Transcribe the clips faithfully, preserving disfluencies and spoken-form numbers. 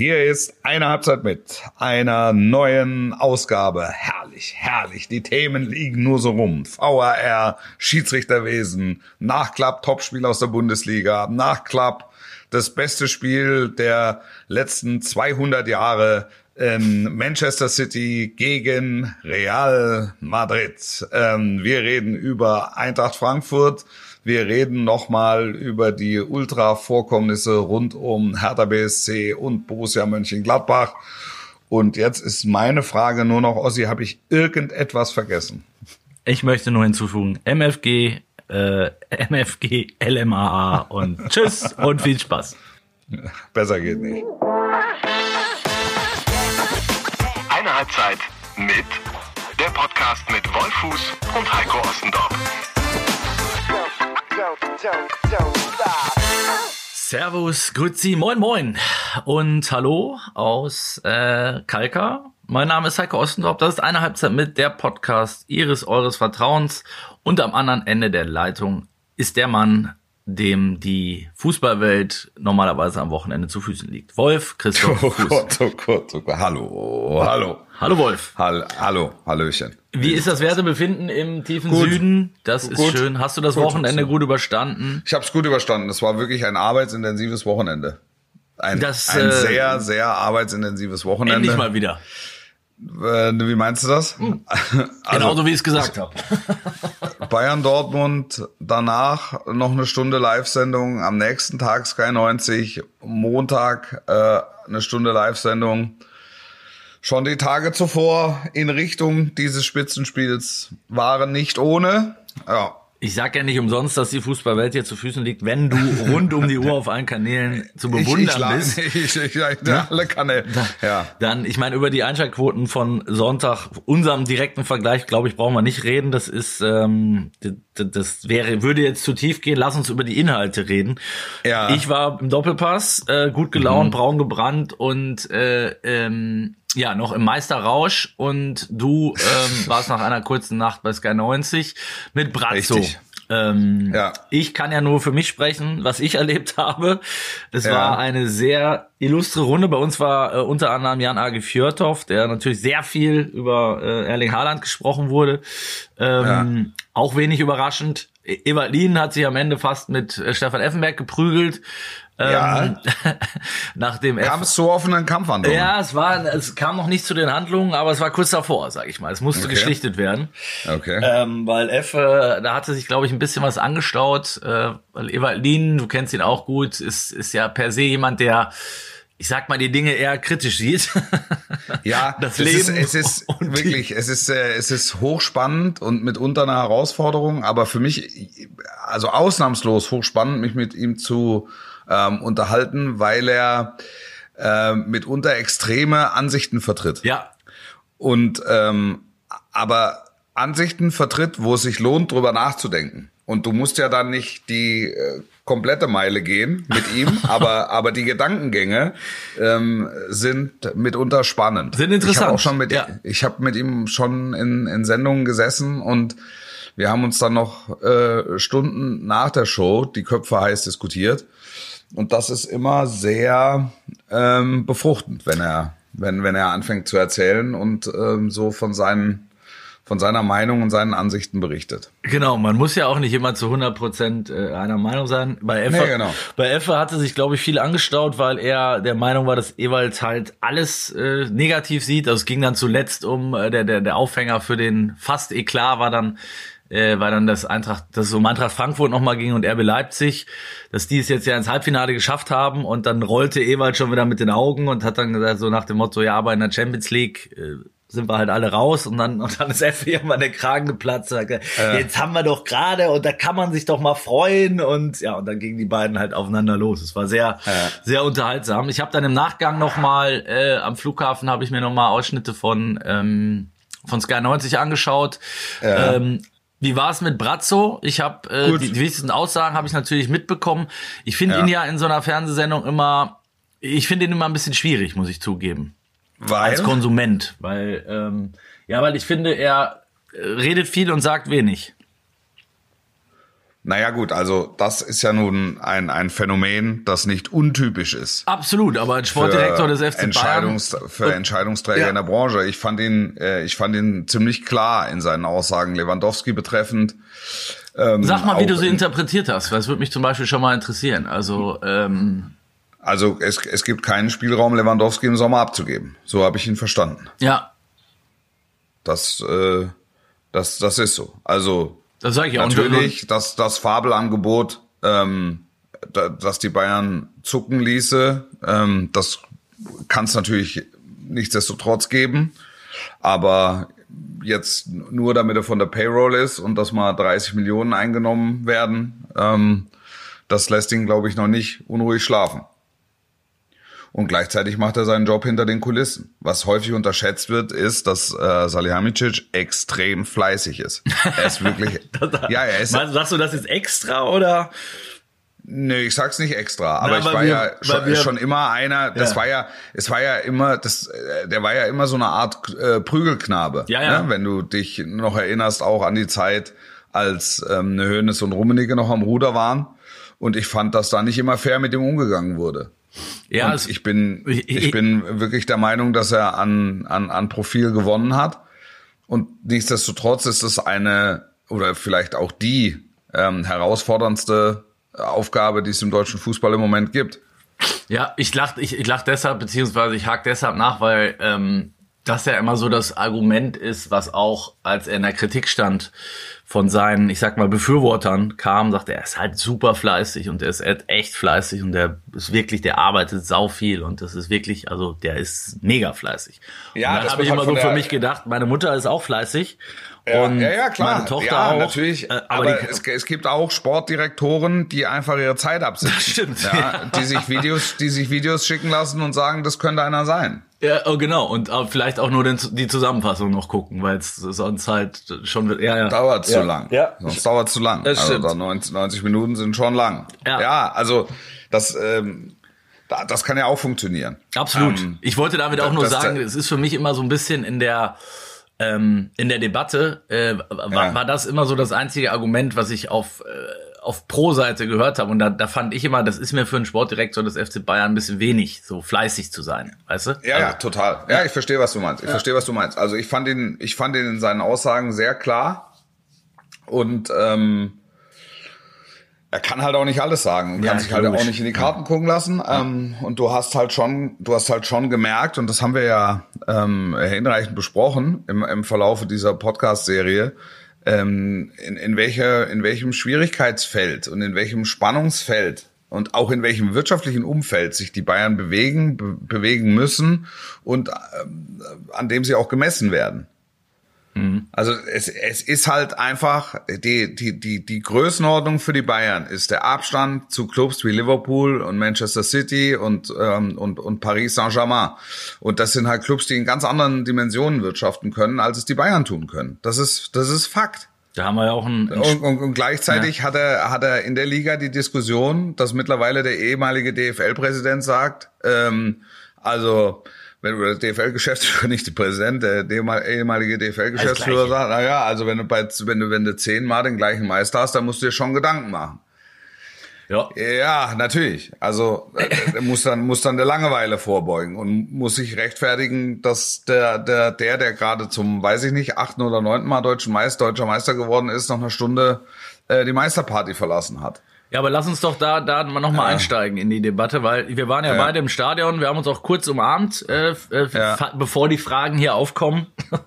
Hier ist eine Halbzeit mit einer neuen Ausgabe. Herrlich, herrlich. Die Themen liegen nur so rum. V A R, Schiedsrichterwesen, Nachklapp, Topspiel aus der Bundesliga, Nachklapp, das beste Spiel der letzten zweihundert Jahre. Ähm, Manchester City gegen Real Madrid. Ähm, wir reden über Eintracht Frankfurt. Wir reden nochmal über die Ultra-Vorkommnisse rund um Hertha B S C und Borussia Mönchengladbach. Und jetzt ist meine Frage nur noch, Ossi, habe ich irgendetwas vergessen? Ich möchte nur hinzufügen, M F G, äh, M F G, L M A A und tschüss und viel Spaß. Besser geht nicht. Eine Halbzeit mit der Podcast mit Wolfuß und Heiko Ostendorf. Servus, Grüezi, moin moin und hallo aus äh, Kalka. Mein Name ist Heiko Ostendorf, das ist eine Halbzeit mit der Podcast Ihres, Eures Vertrauens. Und am anderen Ende der Leitung ist der Mann, dem die Fußballwelt normalerweise am Wochenende zu Füßen liegt. Wolf Christoph Oh Fuß. Gott, oh Gott, oh Gott. Hallo, hallo. Hallo Wolf. Hall, hallo, Hallöchen. Wie ist das Wertebefinden im tiefen Gut. Süden? Das ist Gut. schön. Hast du das Gut. Wochenende gut überstanden? Ich habe es gut überstanden. Es war wirklich ein arbeitsintensives Wochenende. Ein, Das, ein äh, sehr, sehr arbeitsintensives Wochenende. Endlich mal wieder. Äh, wie meinst du das? Hm. Also, Genauso wie ich es gesagt habe. Bayern Dortmund, danach noch eine Stunde Live-Sendung, am nächsten Tag Sky neunzig, Montag äh, eine Stunde Live-Sendung. Schon die Tage zuvor in Richtung dieses Spitzenspiels waren nicht ohne. Ja. Ich sag ja nicht umsonst, dass die Fußballwelt dir zu Füßen liegt, wenn du rund um die Uhr auf allen Kanälen zu bewundern ich, ich, bist. Ich, ich, ich, alle Kanäle. Ja. Dann, ich meine, über die Einschaltquoten von Sonntag, unserem direkten Vergleich, glaube ich, brauchen wir nicht reden. Das ist, ähm, das, das wäre, würde jetzt zu tief gehen. Lass uns über die Inhalte reden. Ja. Ich war im Doppelpass, äh, gut gelaunt, Mhm. braun gebrannt und äh, ähm, ja, noch im Meisterrausch, und du ähm, warst nach einer kurzen Nacht bei Sky neunzig mit Brazzo. Richtig. Ähm, Ja. Ich kann ja nur für mich sprechen, was ich erlebt habe. Es Ja. war eine sehr illustre Runde. Bei uns war äh, unter anderem Jan Age Fjørtoft, der natürlich sehr viel über äh, Erling Haaland gesprochen wurde. Ähm, ja. Auch wenig überraschend. E- Ewald Lien hat sich am Ende fast mit äh, Stefan Effenberg geprügelt. Ja. Ähm, nach dem F- Kam es zu offenen Kampfhandlungen? Ja, es war, es kam noch nicht zu den Handlungen, aber es war kurz davor, sag ich mal. Es musste Okay. geschlichtet werden. Okay. Ähm, weil F, äh, da hatte sich, glaube ich, ein bisschen was angestaut. Äh, weil Ewald Lien, du kennst ihn auch gut, ist, ist ja per se jemand, der, ich sag mal, die Dinge eher kritisch sieht. Ja, das es Leben. ist, es ist und wirklich, es ist, äh, es ist hochspannend und mitunter eine Herausforderung, aber für mich, also ausnahmslos hochspannend, mich mit ihm zu ähm, unterhalten, weil er äh, mitunter extreme Ansichten vertritt. Ja, Und ähm, aber Ansichten vertritt, wo es sich lohnt, drüber nachzudenken. Und du musst ja dann nicht die äh, komplette Meile gehen mit ihm, aber aber die Gedankengänge ähm, sind mitunter spannend. Sind interessant. Ich habe auch schon mit Ja. ich habe mit ihm schon in in Sendungen gesessen und wir haben uns dann noch äh, Stunden nach der Show die Köpfe heiß diskutiert. Und das ist immer sehr ähm, befruchtend, wenn er wenn wenn er anfängt zu erzählen und ähm, so von seinen von seiner Meinung und seinen Ansichten berichtet. genau. Man muss ja auch nicht immer zu hundert Prozent äh, einer Meinung sein. Bei Effe, Nee, genau. bei Effe hatte sich, glaube ich, viel angestaut, weil er der Meinung war, dass Ewald halt alles äh, negativ sieht. Also es ging dann zuletzt um, äh, der, der, der Aufhänger für den fast Eklat war dann, äh, weil dann das Eintracht, dass es um Eintracht Frankfurt nochmal ging und R B Leipzig, dass die es jetzt ja ins Halbfinale geschafft haben, und dann rollte Ewald schon wieder mit den Augen und hat dann gesagt, so nach dem Motto, ja, aber in der Champions League äh, sind wir halt alle raus, und dann und dann ist F irgendwann der Kragen geplatzt und hat gesagt, Ja. jetzt haben wir doch gerade und da kann man sich doch mal freuen, und ja, und dann gingen die beiden halt aufeinander los. Es war sehr, Ja. sehr unterhaltsam. Ich habe dann im Nachgang nochmal, äh, am Flughafen habe ich mir nochmal Ausschnitte von, ähm, von Sky neunzig angeschaut. Ja. Ähm, Wie war es mit Brazzo? Ich habe äh, Gut. die, die wichtigsten Aussagen habe ich natürlich mitbekommen. Ich finde Ja. ihn ja in so einer Fernsehsendung immer, ich finde ihn immer ein bisschen schwierig, muss ich zugeben. Weil Als Konsument, weil ähm, ja, weil ich finde, er äh, redet viel und sagt wenig. Naja gut, also das ist ja nun ein, ein Phänomen, das nicht untypisch ist. Absolut, aber als Sportdirektor des F C Entscheidungs- Bayern... Für Entscheidungsträger ja. in der Branche. Ich fand ihn, äh, ich fand ihn ziemlich klar in seinen Aussagen Lewandowski betreffend. Ähm, Sag mal, wie du sie in, interpretiert hast, weil es würde mich zum Beispiel schon mal interessieren. Also, ähm, also es, es gibt keinen Spielraum, Lewandowski im Sommer abzugeben. So habe ich ihn verstanden. Ja. Das, äh, das, das ist so. Also Das sage ich auch. natürlich, dass das Fabelangebot, ähm, da, dass die Bayern zucken ließe, ähm, das kann es natürlich nichtsdestotrotz geben. Aber jetzt nur damit er von der Payroll ist und dass mal dreißig Millionen eingenommen werden, ähm, das lässt ihn, glaube ich, noch nicht unruhig schlafen. Und gleichzeitig macht er seinen Job hinter den Kulissen. Was häufig unterschätzt wird, ist, dass äh, Salihamidzic extrem fleißig ist. Er ist wirklich... ja, er ist. Sagst du das jetzt extra oder... Nö, ich sag's nicht extra, aber Na, ich war wir, ja schon, wir, schon immer einer, das ja. war ja, es war ja immer, das, der war ja immer so eine Art äh, Prügelknabe, ja, ja. Ne? Wenn du dich noch erinnerst, auch an die Zeit, als ähm, eine Hoeneß und Rummenigge noch am Ruder waren. Und ich fand, dass da nicht immer fair mit ihm umgegangen wurde. Ja, und es, ich bin, ich bin wirklich der Meinung, dass er an, an, an Profil gewonnen hat. Und nichtsdestotrotz ist es eine, oder vielleicht auch die ähm, herausforderndste Aufgabe, die es im deutschen Fußball im Moment gibt. Ja, ich lach, ich, ich lach deshalb, beziehungsweise ich hake deshalb nach, weil ähm, das ja immer so das Argument ist, was auch, als er in der Kritik stand, von seinen, ich sag mal, Befürwortern kam, sagte er, er ist halt super fleißig und er ist echt fleißig und der ist wirklich, der arbeitet sau viel und das ist wirklich, also der ist mega fleißig. Ja, und dann das habe ich wird immer halt so von für der- mich gedacht, meine Mutter ist auch fleißig. Ja, und ja, ja, klar. meine Tochter ja, auch. natürlich. Äh, aber aber die, es, es gibt auch Sportdirektoren, die einfach ihre Zeit absitzen. Das stimmt. Ja, die sich Videos, die sich Videos schicken lassen und sagen, das könnte einer sein. Ja, oh, genau. Und äh, vielleicht auch nur den, die Zusammenfassung noch gucken, weil es sonst halt schon wird. Ja, ja. Dauert ja. zu lang. Ja. Sonst dauert zu lang. Das also stimmt. da neunzig, neunzig Minuten sind schon lang. Ja. ja also das, ähm, da- das kann ja auch funktionieren. Absolut. Ähm, ich wollte damit auch nur das- sagen, das- es ist für mich immer so ein bisschen in der ähm, in der Debatte äh, war, Ja. war das immer so das einzige Argument, was ich auf äh, auf Pro-Seite gehört habe. Und da, da fand ich immer, das ist mir für einen Sportdirektor des F C Bayern ein bisschen wenig, so fleißig zu sein, weißt du? Ja, also, ja, total. Ja, ich verstehe, was du meinst. Ich Ja. verstehe, was du meinst. Also ich fand ihn, ich fand ihn in seinen Aussagen sehr klar und ähm, er kann halt auch nicht alles sagen und Ja, kann sich halt logisch. auch nicht in die Karten gucken lassen. Ähm, und du hast halt schon, du hast halt schon gemerkt, und das haben wir ja ähm, hinreichend besprochen im, im Verlaufe dieser Podcast-Serie, ähm, in, in welcher, in welchem Schwierigkeitsfeld und in welchem Spannungsfeld und auch in welchem wirtschaftlichen Umfeld sich die Bayern bewegen, be- bewegen müssen und ähm, an dem sie auch gemessen werden. Also es, es ist halt einfach, die, die, die, die Größenordnung für die Bayern ist der Abstand zu Clubs wie Liverpool und Manchester City und, ähm, und, und Paris Saint-Germain. Und das sind halt Clubs, die in ganz anderen Dimensionen wirtschaften können, als es die Bayern tun können. Das ist, das ist Fakt. Da haben wir ja auch einen, einen Und, und, und gleichzeitig ja. hat er, hat er in der Liga die Diskussion, dass mittlerweile der ehemalige D F L-Präsident sagt, ähm, also, wenn du der D F L-Geschäftsführer, nicht der Präsident, der ehemalige D F L-Geschäftsführer sagt, na ja, also wenn du bei, wenn du, wenn du zehnmal den gleichen Meister hast, dann musst du dir schon Gedanken machen. ja. Ja, natürlich. Also, er muss dann, muss dann der Langeweile vorbeugen und muss sich rechtfertigen, dass der, der, der, der gerade zum, weiß ich nicht, achten oder neunten Mal deutschen Meister, deutscher Meister geworden ist, nach einer Stunde, äh, die Meisterparty verlassen hat. Ja, aber lass uns doch da da noch mal Ja. einsteigen in die Debatte, weil wir waren ja, Ja. beide im Stadion, wir haben uns auch kurz umarmt, äh, äh, Ja. fa- bevor die Fragen hier aufkommen.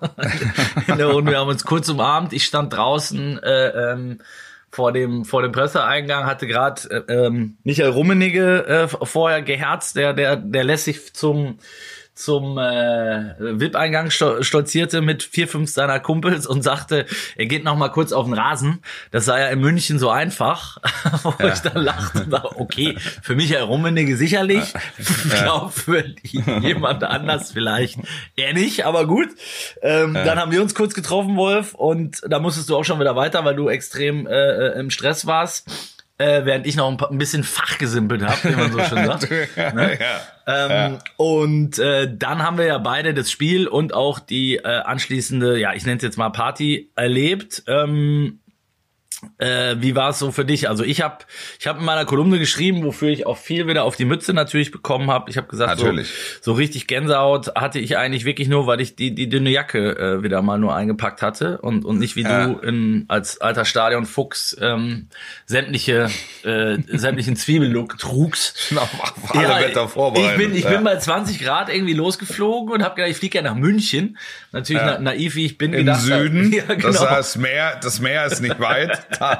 in der Runde, wir haben uns kurz umarmt. Ich stand draußen äh, ähm, vor dem vor dem Presseeingang, hatte gerade äh, ähm, Michael Rummenigge äh, vorher geherzt, der der der lässt sich zum zum äh, V I P-Eingang sto- stolzierte mit vier, fünf seiner Kumpels und sagte, er geht noch mal kurz auf den Rasen. Das sei ja in München so einfach, wo Ja. ich dann lachte und dachte, okay, für Michael Rummenigge sicherlich, ich glaube für die, jemand anders vielleicht eher nicht, aber gut. Ähm, Ja. Dann haben wir uns kurz getroffen, Wolf, und da musstest du auch schon wieder weiter, weil du extrem äh, im Stress warst. Äh, während ich noch ein, paar, ein bisschen fachgesimpelt habe, wie man so schön sagt. Ne? Ja. Ähm, Ja. Und äh, dann haben wir ja beide das Spiel und auch die äh, anschließende, ja, ich nenne es jetzt mal Party erlebt. Ähm, Äh, wie war es so für dich? Also ich habe ich hab in meiner Kolumne geschrieben, wofür ich auch viel wieder auf die Mütze natürlich bekommen habe. Ich habe gesagt, so, so richtig Gänsehaut hatte ich eigentlich wirklich nur, weil ich die die dünne Jacke äh, wieder mal nur eingepackt hatte und und nicht wie ja. du in als alter Stadionfuchs ähm, sämtliche äh, sämtlichen Zwiebellook trugst. Auf alle ja, Wetter vorbereitet. Ich bin ich ja. bin bei zwanzig Grad irgendwie losgeflogen und habe gedacht, ich fliege ja nach München. Natürlich ja. na, naiv wie ich bin im gedacht. Süden. Ja, genau. Das, das Meer das Meer ist nicht weit.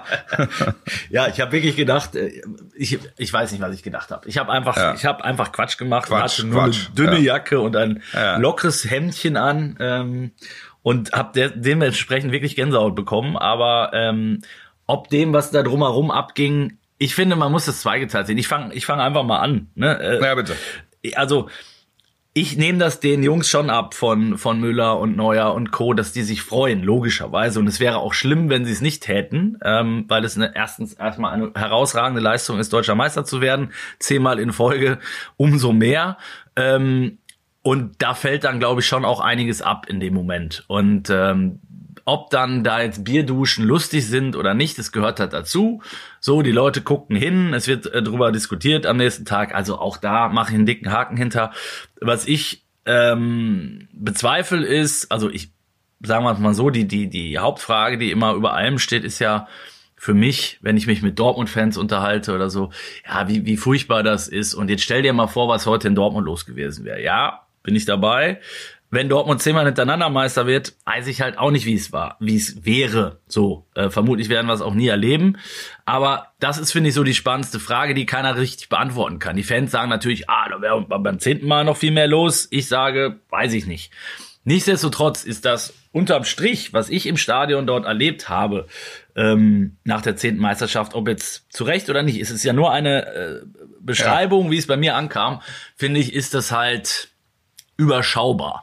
Ja, ich habe wirklich gedacht, ich ich weiß nicht, was ich gedacht habe. Ich habe einfach ja. ich habe einfach Quatsch gemacht, Quatsch, hatte nur Quatsch. eine dünne ja. Jacke und ein ja. lockeres Hemdchen an ähm, und habe de- dementsprechend wirklich Gänsehaut bekommen. Aber ähm, ob dem, was da drumherum abging, ich finde, man muss das zweigeteilt sehen. Ich fange ich fang einfach mal an. Ne? Äh, ja, bitte. Also ich nehme das den Jungs schon ab von von Müller und Neuer und Co., dass die sich freuen, logischerweise. Und es wäre auch schlimm, wenn sie es nicht täten, ähm, weil es eine, erstens erstmal eine herausragende Leistung ist, deutscher Meister zu werden. Zehnmal in Folge, umso mehr. Ähm, und da fällt dann, glaube ich, schon auch einiges ab in dem Moment. Und ähm, ob dann da jetzt Bierduschen lustig sind oder nicht, das gehört halt dazu. So, die Leute gucken hin, es wird äh, drüber diskutiert am nächsten Tag. Also auch da mache ich einen dicken Haken hinter. Was ich ähm, bezweifle ist, also ich sagen wir mal so, die die die Hauptfrage, die immer über allem steht, ist ja für mich, wenn ich mich mit Dortmund-Fans unterhalte oder so, ja, wie wie furchtbar das ist. Und jetzt stell dir mal vor, was heute in Dortmund los gewesen wäre. Ja, bin ich dabei. Wenn Dortmund zehnmal hintereinander Meister wird, weiß ich halt auch nicht, wie es war, wie es wäre. So, äh, vermutlich werden wir es auch nie erleben. Aber das ist, finde ich, so die spannendste Frage, die keiner richtig beantworten kann. Die Fans sagen natürlich, ah, da wäre beim zehnten Mal noch viel mehr los. Ich sage, weiß ich nicht. Nichtsdestotrotz ist das unterm Strich, was ich im Stadion dort erlebt habe, ähm, nach der zehnten Meisterschaft, ob jetzt zu Recht oder nicht, ist es ja nur eine äh, Beschreibung, ja. wie es bei mir ankam, finde ich, ist das halt überschaubar.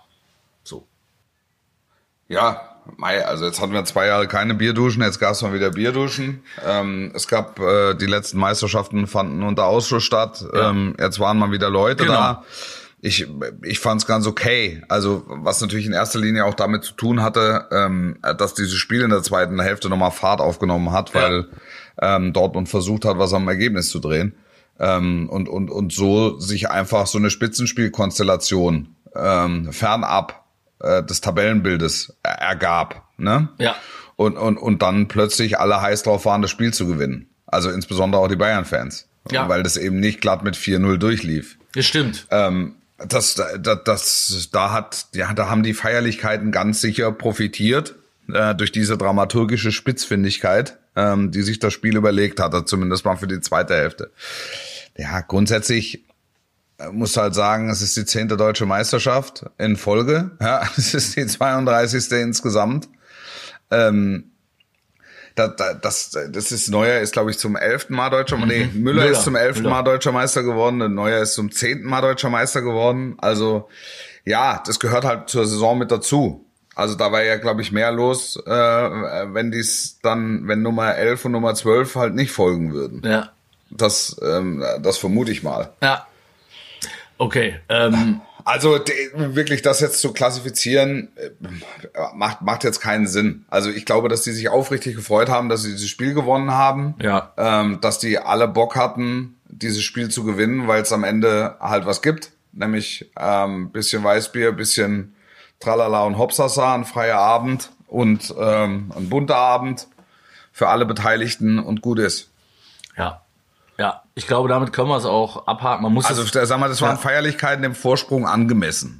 Ja, Mai, also jetzt hatten wir zwei Jahre keine Bierduschen, jetzt gab es mal wieder Bierduschen. Ähm, es gab, äh, die letzten Meisterschaften fanden unter Ausschuss statt. Ja. Ähm, jetzt waren mal wieder Leute genau. da. Ich, ich fand es ganz okay. Also was natürlich in erster Linie auch damit zu tun hatte, ähm, dass dieses Spiel in der zweiten Hälfte nochmal Fahrt aufgenommen hat, weil ja. ähm, Dortmund versucht hat, was am Ergebnis zu drehen. Ähm, und, und, und so sich einfach so eine Spitzenspielkonstellation ähm, fernab des Tabellenbildes ergab, ne? Ja. Und, und, und dann plötzlich alle heiß drauf waren, das Spiel zu gewinnen. Also insbesondere auch die Bayern-Fans. Ja. Weil das eben nicht glatt mit vier null durchlief. Das stimmt. Ähm, das, das, das, da hat, ja, da haben die Feierlichkeiten ganz sicher profitiert, äh, durch diese dramaturgische Spitzfindigkeit, ähm, die sich das Spiel überlegt hatte, zumindest mal für die zweite Hälfte. Ja, grundsätzlich, muss halt sagen, es ist die zehnte deutsche Meisterschaft in Folge. Ja, es ist die zweiunddreißigste insgesamt. Ähm, das, das, das ist Neuer ist, glaube ich, zum elften Mal deutscher Meister. Nee, Müller, Müller ist zum elften Mal deutscher Meister geworden. Neuer ist zum zehnten Mal deutscher Meister geworden. Also ja, das gehört halt zur Saison mit dazu. Also da war ja, glaube ich, mehr los, äh, wenn dies dann, wenn Nummer elf und Nummer zwölf halt nicht folgen würden. Ja. Das, ähm, das vermute ich mal. Ja. Okay. Ähm. Also wirklich das jetzt zu klassifizieren, macht macht jetzt keinen Sinn. Also ich glaube, dass die sich aufrichtig gefreut haben, dass sie dieses Spiel gewonnen haben. Ja. Ähm, dass die alle Bock hatten, dieses Spiel zu gewinnen, weil es am Ende halt was gibt. Nämlich ähm, bisschen Weißbier, bisschen Tralala und Hopsasa, ein freier Abend und ähm, ein bunter Abend für alle Beteiligten und gut ist. Ja. Ja, ich glaube, damit können wir es auch abhaken. Man muss also, es, sag mal, das waren ja. Feierlichkeiten dem Vorsprung angemessen.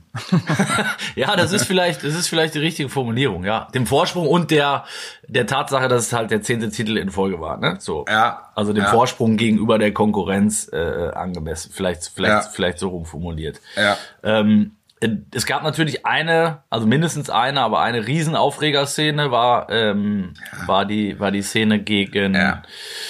Ja, das ist vielleicht, das ist vielleicht die richtige Formulierung, ja. Dem Vorsprung und der, der Tatsache, dass es halt der zehnte Titel in Folge war, ne? So. Ja. Also dem ja. Vorsprung gegenüber der Konkurrenz, äh, angemessen. Vielleicht, vielleicht, ja. vielleicht so rumformuliert. Ja. Ähm, es gab natürlich eine, also mindestens eine, aber eine Riesenaufregerszene war, ähm, ja. war die, war die Szene gegen, ja.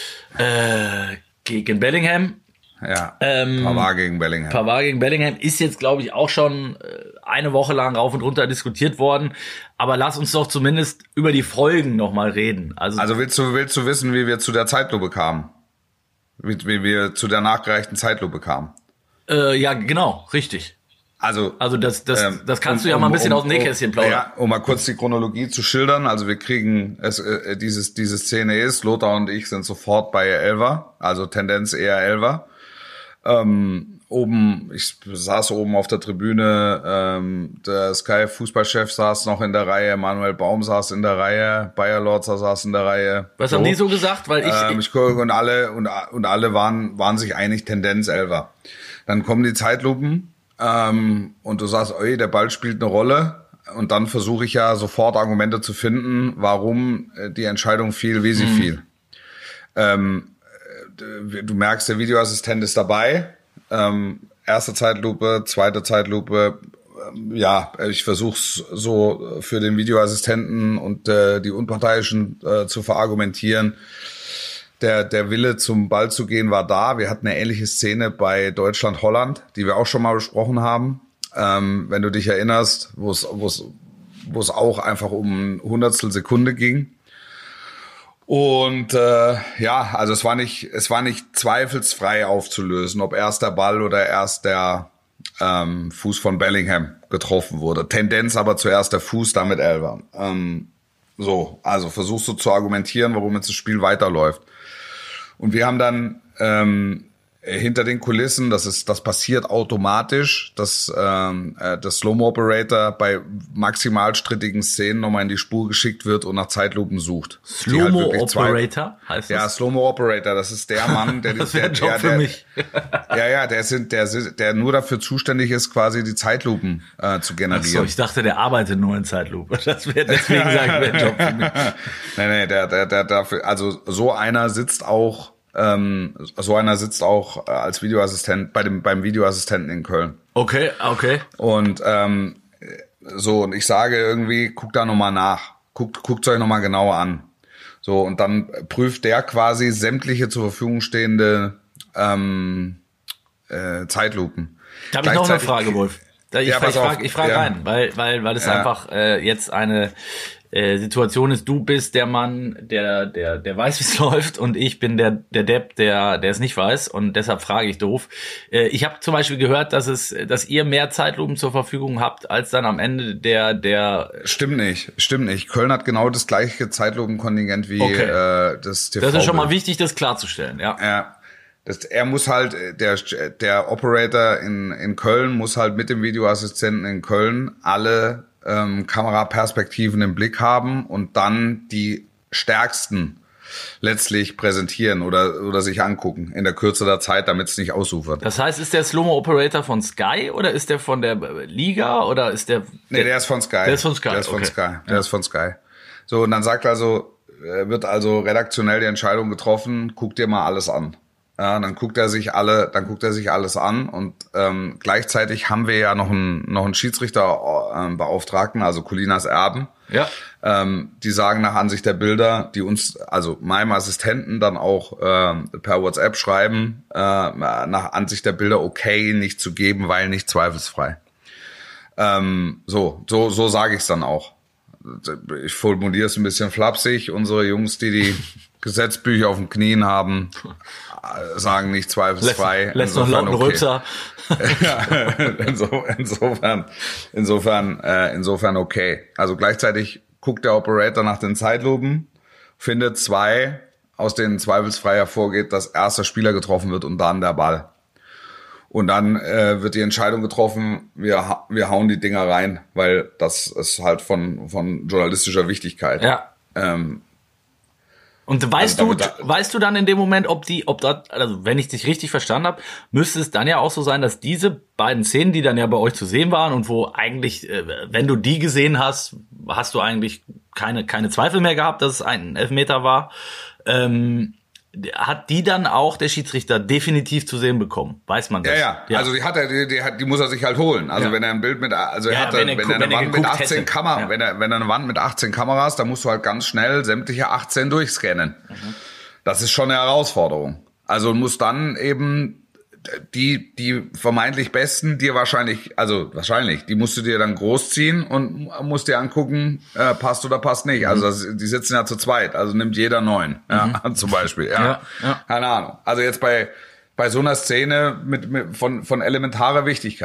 äh, gegen Bellingham. Ja, ähm, Pavard gegen Bellingham. Pavard gegen Bellingham ist jetzt, glaube ich, auch schon eine Woche lang rauf und runter diskutiert worden. Aber lass uns doch zumindest über die Folgen nochmal reden. Also, also willst du willst du wissen, wie wir zu der Zeitlupe kamen? Wie, wie wir zu der nachgereichten Zeitlupe kamen? Äh, ja, genau, richtig. Also, Also das, das, ähm, das kannst um, du ja mal ein bisschen um, aus dem Nähkästchen plaudern. Ja, um mal kurz die Chronologie zu schildern. Also wir kriegen, es, äh, dieses, diese Szene ist, Lothar und ich sind sofort bei Elfer, also Tendenz eher Elfer. Ähm, oben, ich saß oben auf der Tribüne, ähm, der Sky-Fußballchef saß noch in der Reihe, Manuel Baum saß in der Reihe, Bayer Lorzer saß in der Reihe. Was so. haben die so gesagt? Weil ich, ähm, ich gucke und alle und, und alle waren waren sich einig, Tendenz Elfer. Dann kommen die Zeitlupen ähm, und du sagst, ey, der Ball spielt eine Rolle. Und dann versuche ich ja sofort Argumente zu finden, warum die Entscheidung fiel, wie sie mhm. fiel. Ähm, du merkst, der Videoassistent ist dabei. Ähm, erste Zeitlupe, zweite Zeitlupe. Ähm, ja, ich versuche es so für den Videoassistenten und äh, die Unparteiischen äh, zu verargumentieren. Der, der Wille zum Ball zu gehen war da. Wir hatten eine ähnliche Szene bei Deutschland-Holland, die wir auch schon mal besprochen haben. Ähm, wenn du dich erinnerst, wo es wo es wo es auch einfach um ein Hundertstel Sekunde ging. Und äh, ja, also es war nicht es war nicht zweifelsfrei aufzulösen, ob erst der Ball oder erst der ähm, Fuß von Bellingham getroffen wurde. Tendenz aber zuerst der Fuß, damit Elfer. Ähm, so, also versuchst du zu argumentieren, warum jetzt das Spiel weiterläuft. Und wir haben dann ähm, hinter den Kulissen, das ist, das passiert automatisch, dass ähm, äh, der Slow-Mo-Operator bei maximal strittigen Szenen nochmal in die Spur geschickt wird und nach Zeitlupen sucht. Slow-Mo-Operator halt heißt das? Ja, Slow-Mo-Operator, das ist der Mann, der das der, ein Job der, für der, mich. ja, ja, der sind, der, der nur dafür zuständig ist, quasi die Zeitlupen äh, zu generieren. Ach so, ich dachte, der arbeitet nur in Zeitlupe. Das wäre deswegen sagen, wäre ein Job für mich. Nee, nee, der, der, der dafür, also so einer sitzt auch Ähm, so einer sitzt auch äh, als Videoassistent bei dem beim Videoassistenten in Köln. Okay, okay. Und ähm, so und ich sage irgendwie, guckt da nochmal nach, guckt guckt euch nochmal genauer an. So und dann prüft der quasi sämtliche zur Verfügung stehende ähm, äh, Zeitlupen. Da habe ich noch eine Frage, Wolf. Ich, ja, ich frage ich frag ja. rein, weil weil weil es ja. einfach äh, jetzt eine äh, Situation ist, du bist der Mann, der der der weiß, wie es läuft, und ich bin der der Depp, der der es nicht weiß, und deshalb frage ich doof. Äh, ich habe zum Beispiel gehört, dass es, dass ihr mehr Zeitlupen zur Verfügung habt als dann am Ende der der. Stimmt nicht, stimmt nicht. Köln hat genau das gleiche Zeitlupenkontingent wie okay. äh, das T V. Das ist schon mal wichtig, das klarzustellen, ja. Ja. Das, er muss halt, der, der Operator in, in Köln muss halt mit dem Videoassistenten in Köln alle ähm, Kameraperspektiven im Blick haben und dann die stärksten letztlich präsentieren oder, oder sich angucken in der Kürze der Zeit, damit es nicht ausufert. Das heißt, ist der Slow-Mo-Operator von Sky oder ist der von der Liga oder ist der... Nee, der ist von Sky. Der ist von Sky, Der ist von okay. Sky. Der ja. ist von Sky. So, und dann sagt also, wird also redaktionell die Entscheidung getroffen, guck dir mal alles an. Ja, dann guckt er sich alle, dann guckt er sich alles an und ähm, gleichzeitig haben wir ja noch einen noch einen Schiedsrichterbeauftragten, äh, also Colinas Erben. Ja. Ähm, die sagen nach Ansicht der Bilder, die uns, also meinem Assistenten dann auch ähm, per WhatsApp schreiben, äh, nach Ansicht der Bilder okay, nicht zu geben, weil nicht zweifelsfrei. Ähm, so, so, so sage ich es dann auch. Ich formuliere es ein bisschen flapsig. Unsere Jungs, die die Gesetzbücher auf den Knien haben, sagen nicht zweifelsfrei. Lässt, lässt noch lauten okay. Rülpser. insofern, insofern, äh, insofern okay. Also gleichzeitig guckt der Operator nach den Zeitlupen, findet zwei, aus denen zweifelsfrei hervorgeht, dass erst der Spieler getroffen wird und dann der Ball. Und dann äh, wird die Entscheidung getroffen, wir wir hauen die Dinger rein, weil das ist halt von von journalistischer Wichtigkeit. Ja. Ähm, Und weißt also du, da, weißt du dann in dem Moment, ob die, ob da, also wenn ich dich richtig verstanden habe, müsste es dann ja auch so sein, dass diese beiden Szenen, die dann ja bei euch zu sehen waren und wo eigentlich, äh, wenn du die gesehen hast, hast du eigentlich keine keine Zweifel mehr gehabt, dass es ein Elfmeter war. Ähm, hat die dann auch der Schiedsrichter definitiv zu sehen bekommen? Weiß man das? Ja, ja. ja. Also die hat er, die, die, hat, die muss er sich halt holen. Also ja. wenn er ein Bild mit, also er ja, hat, wenn, wenn, er, wenn er eine wenn Wand mit achtzehn Kameras, ja. wenn er, wenn er eine Wand mit achtzehn Kameras, dann musst du halt ganz schnell sämtliche achtzehn durchscannen. Mhm. Das ist schon eine Herausforderung. Also muss dann eben die, die vermeintlich Besten dir wahrscheinlich, also wahrscheinlich, die musst du dir dann großziehen und musst dir angucken, äh, passt oder passt nicht. Mhm. Also das, die sitzen ja zu zweit, also nimmt jeder neun, mhm. ja, zum Beispiel. Ja. Ja, ja. Keine Ahnung. Also jetzt bei bei so einer Szene mit, mit von von elementarer Wichtigkeit.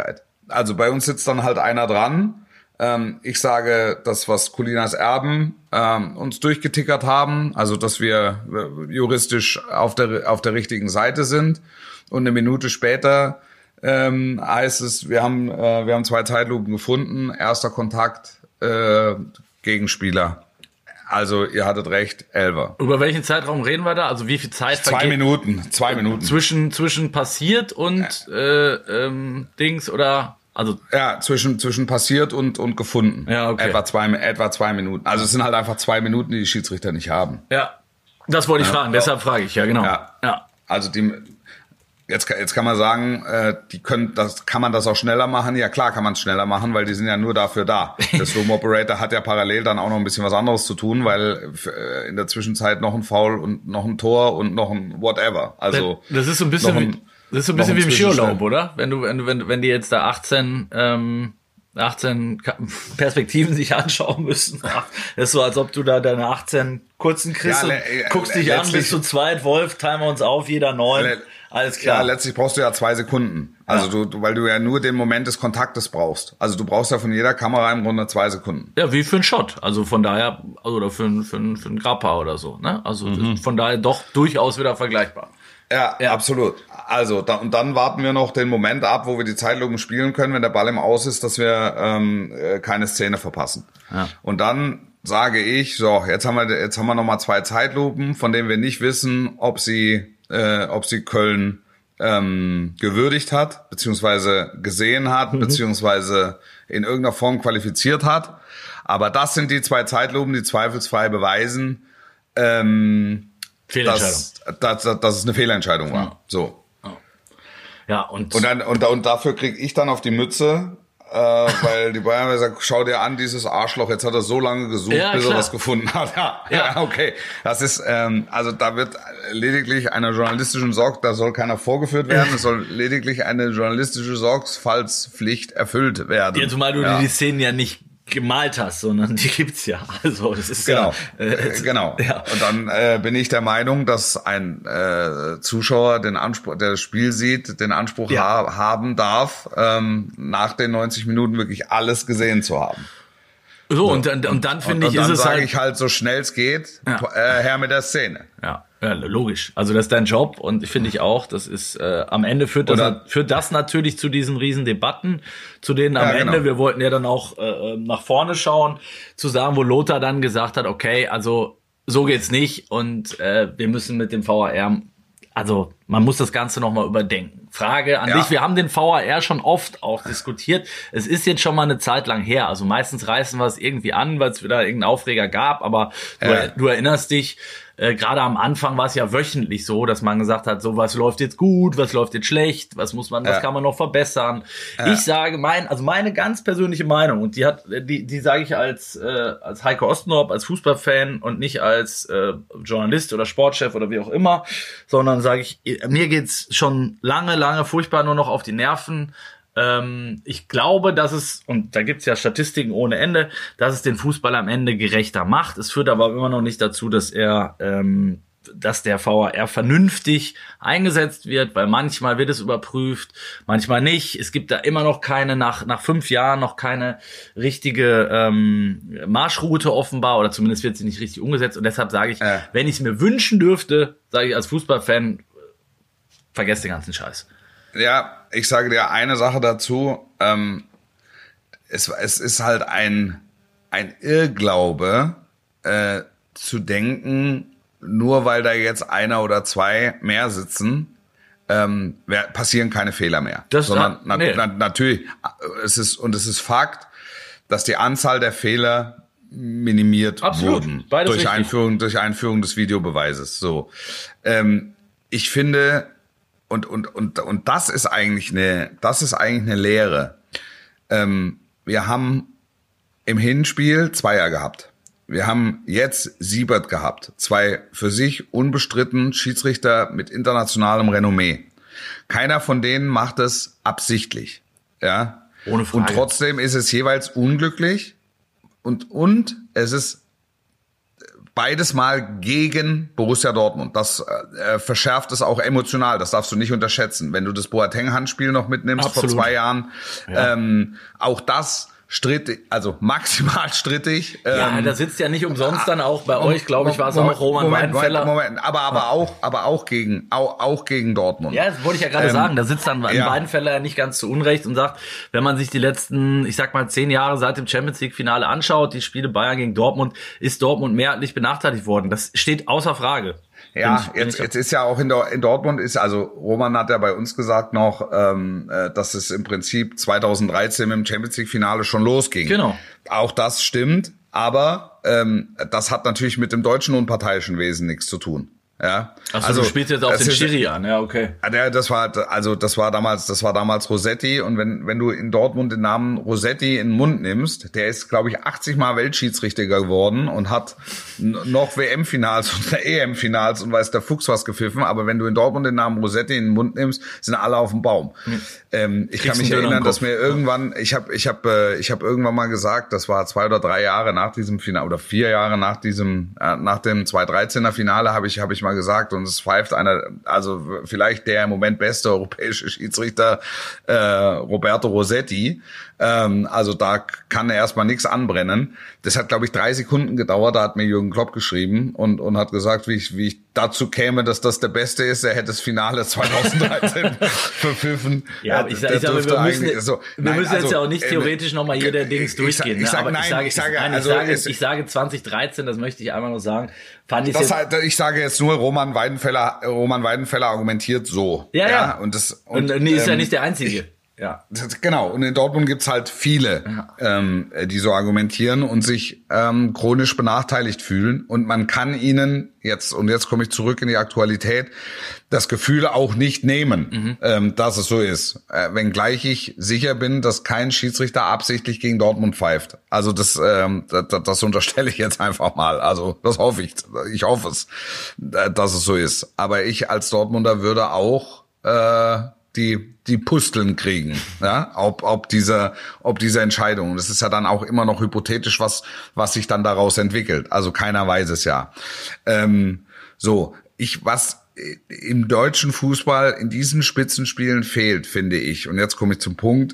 also bei uns sitzt dann halt einer dran. Ähm, ich sage, das, was Colinas Erben ähm, uns durchgetickert haben, also dass wir äh, juristisch auf der auf der richtigen Seite sind. Und eine Minute später ähm, heißt es, wir haben äh, wir haben zwei Zeitlupen gefunden. Erster Kontakt, äh, Gegenspieler. Also ihr hattet recht, Elfer. Über welchen Zeitraum reden wir da? Also wie viel Zeit Zwei vergeht Minuten, zwei Minuten. zwischen zwischen passiert und Ja. äh, ähm, Dings oder also Ja, zwischen zwischen passiert und und gefunden. Ja, okay. Etwa zwei etwa zwei Minuten. Also es sind halt einfach zwei Minuten, die die Schiedsrichter nicht haben. ja, das wollte ich Ja. fragen. Deshalb frage ich ja genau. Ja. ja. Also die jetzt kann- jetzt kann man sagen, äh, die können das kann man das auch schneller machen. Ja klar, kann man es schneller machen, weil die sind ja nur dafür da. Der Slow Operator hat ja parallel dann auch noch ein bisschen was anderes zu tun, weil äh, in der Zwischenzeit noch ein Foul und noch ein Tor und noch ein whatever. Also das ist so ein bisschen noch ein- wie, das ist so ein bisschen noch wie ein im Skiurlaub, Zwischenschritt. oder? Wenn du wenn du wenn, wenn die jetzt da achtzehn ähm, achtzehn Ka- Perspektiven sich anschauen müssen. Das ist so, als ob du da deine achtzehn kurzen kriegst Ja, und le- äh, guckst dich an, letztlich- bist zu zweit, Wolf, teilen wir uns auf, jeder neun. Le- Alles Ja, klar. letztlich brauchst du ja zwei Sekunden. Also Ja. du, du, weil du ja nur den Moment des Kontaktes brauchst. Also du brauchst ja von jeder Kamera im Grunde zwei Sekunden. Ja, wie für einen Shot. Also von daher, also oder für einen für einen, für einen Grappa oder so. Ne? Also Mhm. von daher doch durchaus wieder vergleichbar. Ja, Ja. absolut. Also da, und dann warten wir noch den Moment ab, wo wir die Zeitlupen spielen können, wenn der Ball im Aus ist, dass wir ähm, äh, keine Szene verpassen. Ja. Und dann sage ich, so, jetzt haben wir jetzt haben wir noch mal zwei Zeitlupen, von denen wir nicht wissen, ob sie äh, ob sie Köln ähm, gewürdigt hat, beziehungsweise gesehen hat, Mhm. beziehungsweise in irgendeiner Form qualifiziert hat. Aber das sind die zwei Zeitlupen, die zweifelsfrei beweisen, ähm, Fehlentscheidung. dass, dass, dass es eine Fehlentscheidung war. Ja. So. Ja, und, Und dann und, und dafür krieg ich dann auf die Mütze, äh, weil die Bayern haben gesagt, schau dir an, dieses Arschloch, jetzt hat er so lange gesucht, Ja, bis klar. er was gefunden hat. Ja, Ja. ja, okay. Das ist, ähm, also da wird lediglich einer journalistischen Sorg, da soll keiner vorgeführt werden, es soll lediglich eine journalistische Sorgfaltspflicht erfüllt werden. ja, zumal du ja. dir die Szenen ja nicht gemalt hast, sondern die gibt's ja. Also das ist Genau, ja äh, äh, genau. Ja. Und dann äh, bin ich der Meinung, dass ein äh, Zuschauer den Anspruch, der das Spiel sieht, den Anspruch Ja. ha- haben darf, ähm, nach den neunzig Minuten wirklich alles gesehen zu haben. So, und dann, und dann Und, finde und ich, ist dann es sage halt, ich halt, so schnell es geht, Ja. äh, her mit der Szene. ja, ja, logisch. Also das ist dein Job und finde ich auch, das ist äh, am Ende führt das, Oder- führt das natürlich zu diesen riesen Debatten, zu denen am Ja, Ende, genau. wir wollten ja dann auch äh, nach vorne schauen, zu sagen, wo Lothar dann gesagt hat, okay, also so geht's nicht und äh, wir müssen mit dem V A R, also man muss das Ganze nochmal überdenken. Frage an Ja. dich, wir haben den V A R schon oft auch diskutiert. Es ist jetzt schon mal eine Zeit lang her. Also meistens reißen wir es irgendwie an, weil es wieder irgendeinen Aufreger gab. Aber du, Ja. du erinnerst dich, äh, gerade am Anfang war es ja wöchentlich so, dass man gesagt hat, so was läuft jetzt gut, was läuft jetzt schlecht, was muss man, was Ja. kann man noch verbessern. Ich sage mein, also meine ganz persönliche Meinung und die hat, die, die sage ich als äh, als Heiko Ostendorp, als Fußballfan und nicht als äh, Journalist oder Sportchef oder wie auch immer, sondern sage ich, mir geht's schon lange, lange furchtbar nur noch auf die Nerven. Ähm, ich glaube, dass es, und da gibt's ja Statistiken ohne Ende, dass es den Fußball am Ende gerechter macht. Es führt aber immer noch nicht dazu, dass er, ähm, dass der V A R vernünftig eingesetzt wird, weil manchmal wird es überprüft, manchmal nicht. Es gibt da immer noch keine, nach, nach fünf Jahren noch keine richtige ähm, Marschroute offenbar, oder zumindest wird sie nicht richtig umgesetzt. Und deshalb sage ich, Äh. wenn ich es mir wünschen dürfte, sage ich als Fußballfan, vergesst den ganzen Scheiß. Ja, ich sage dir eine Sache dazu. Ähm, es, es ist halt ein, ein Irrglaube, äh, zu denken, nur weil da jetzt einer oder zwei mehr sitzen, ähm, wer- passieren keine Fehler mehr. Das Sondern hat- na, nee. na, natürlich, äh, es ist, und es ist Fakt, dass die Anzahl der Fehler minimiert Absolut. wurden Beides durch richtig. Einführung, durch Einführung des Videobeweises. So, ähm, ich finde, und und und und das ist eigentlich eine, das ist eigentlich eine Lehre. Ähm, wir haben im Hinspiel Zweier gehabt. Wir haben jetzt Siebert gehabt. Zwei für sich unbestritten Schiedsrichter mit internationalem Renommee. Keiner von denen macht es absichtlich. Ja. Ohne Frage. Und trotzdem ist es jeweils unglücklich. Und, und es ist beides mal gegen Borussia Dortmund. Das äh, verschärft es auch emotional. Das darfst du nicht unterschätzen. Wenn du das Boateng-Handspiel noch mitnimmst Absolut. vor zwei Jahren, ja. ähm, auch das strittig, also maximal strittig. Ja, ähm, da sitzt ja nicht umsonst dann auch bei ähm, euch, glaube ich, war es Moment, auch Roman Moment, Weidenfeller. Moment, Moment, aber aber auch, aber auch gegen, auch, auch gegen Dortmund. Ja, das wollte ich ja gerade Ähm, sagen. Da sitzt dann ein ja. Weidenfeller ja nicht ganz zu Unrecht und sagt, wenn man sich die letzten, ich sag mal, zehn Jahre seit dem Champions League Finale anschaut, die Spiele Bayern gegen Dortmund, ist Dortmund mehrheitlich benachteiligt worden. Das steht außer Frage. Ja, ich, jetzt, jetzt ist ja auch in, der, in Dortmund ist, also Roman hat ja bei uns gesagt noch, ähm, äh, dass es im Prinzip zweitausenddreizehn im Champions League Finale schon losging. Genau. Auch das stimmt, aber ähm, das hat natürlich mit dem deutschen unparteiischen Wesen nichts zu tun. Ja, Ach so, also, du spielst jetzt auf den Schiri an, ja, okay. Ja, das war, also, das war damals, das war damals Rossetti. Und wenn, wenn du in Dortmund den Namen Rossetti in den Mund nimmst, der ist, glaube ich, achtzig Mal Weltschiedsrichter geworden und hat noch W M-Finals und E M-Finals und weiß der Fuchs was gepfiffen. Aber wenn du in Dortmund den Namen Rossetti in den Mund nimmst, sind alle auf dem Baum. Hm. Ähm, ich kann mich erinnern, dass mir irgendwann, ich habe, ich habe, ich habe irgendwann mal gesagt, das war zwei oder drei Jahre nach diesem Finale oder vier Jahre nach diesem, äh, nach dem zweitausenddreizehner Finale habe ich, habe ich mal gesagt, und es pfeift einer, also vielleicht der im Moment beste europäische Schiedsrichter, äh, Roberto Rossetti. Ähm, also da kann er erstmal nichts anbrennen. Das hat, glaube ich, drei Sekunden gedauert. Da hat mir Jürgen Klopp geschrieben und und hat gesagt, wie ich wie ich dazu käme, dass das der Beste ist. Er hätte das Finale zweitausenddreizehn verpfiffen. Ja, aber ich sage, wir müssen, so, wir nein, müssen also, jetzt ja auch nicht äh, theoretisch nochmal hier der Dings durchgehen. Ich, sag, ne? ich, sag, nein, ich sage, ich sage, nein, also ich sage, es, ich sage zweitausenddreizehn, das möchte ich einmal noch sagen. Fand ich das jetzt, halt, ich sage jetzt nur, Roman Weidenfeller, Roman Weidenfeller argumentiert so. Ja, ja. ja und das und, und nee, ist ähm, ja nicht der Einzige. Ja. Das, genau. Und in Dortmund gibt's halt viele, ja. ähm, die so argumentieren und sich ähm, chronisch benachteiligt fühlen. Und man kann ihnen jetzt, und jetzt komme ich zurück in die Aktualität, das Gefühl auch nicht nehmen, mhm. ähm, dass es so ist. Äh, wenngleich ich sicher bin, dass kein Schiedsrichter absichtlich gegen Dortmund pfeift. Also das, ähm, das, das unterstelle ich jetzt einfach mal. Also das hoffe ich. Ich hoffe es, dass es so ist. Aber ich als Dortmunder würde auch äh, die die Pusteln kriegen, ja, ob ob diese ob diese Entscheidung. Das ist ja dann auch immer noch hypothetisch, was was sich dann daraus entwickelt. Also keiner weiß es ja. Ähm, so, ich was im deutschen Fußball in diesen Spitzenspielen fehlt, finde ich. Und jetzt komme ich zum Punkt: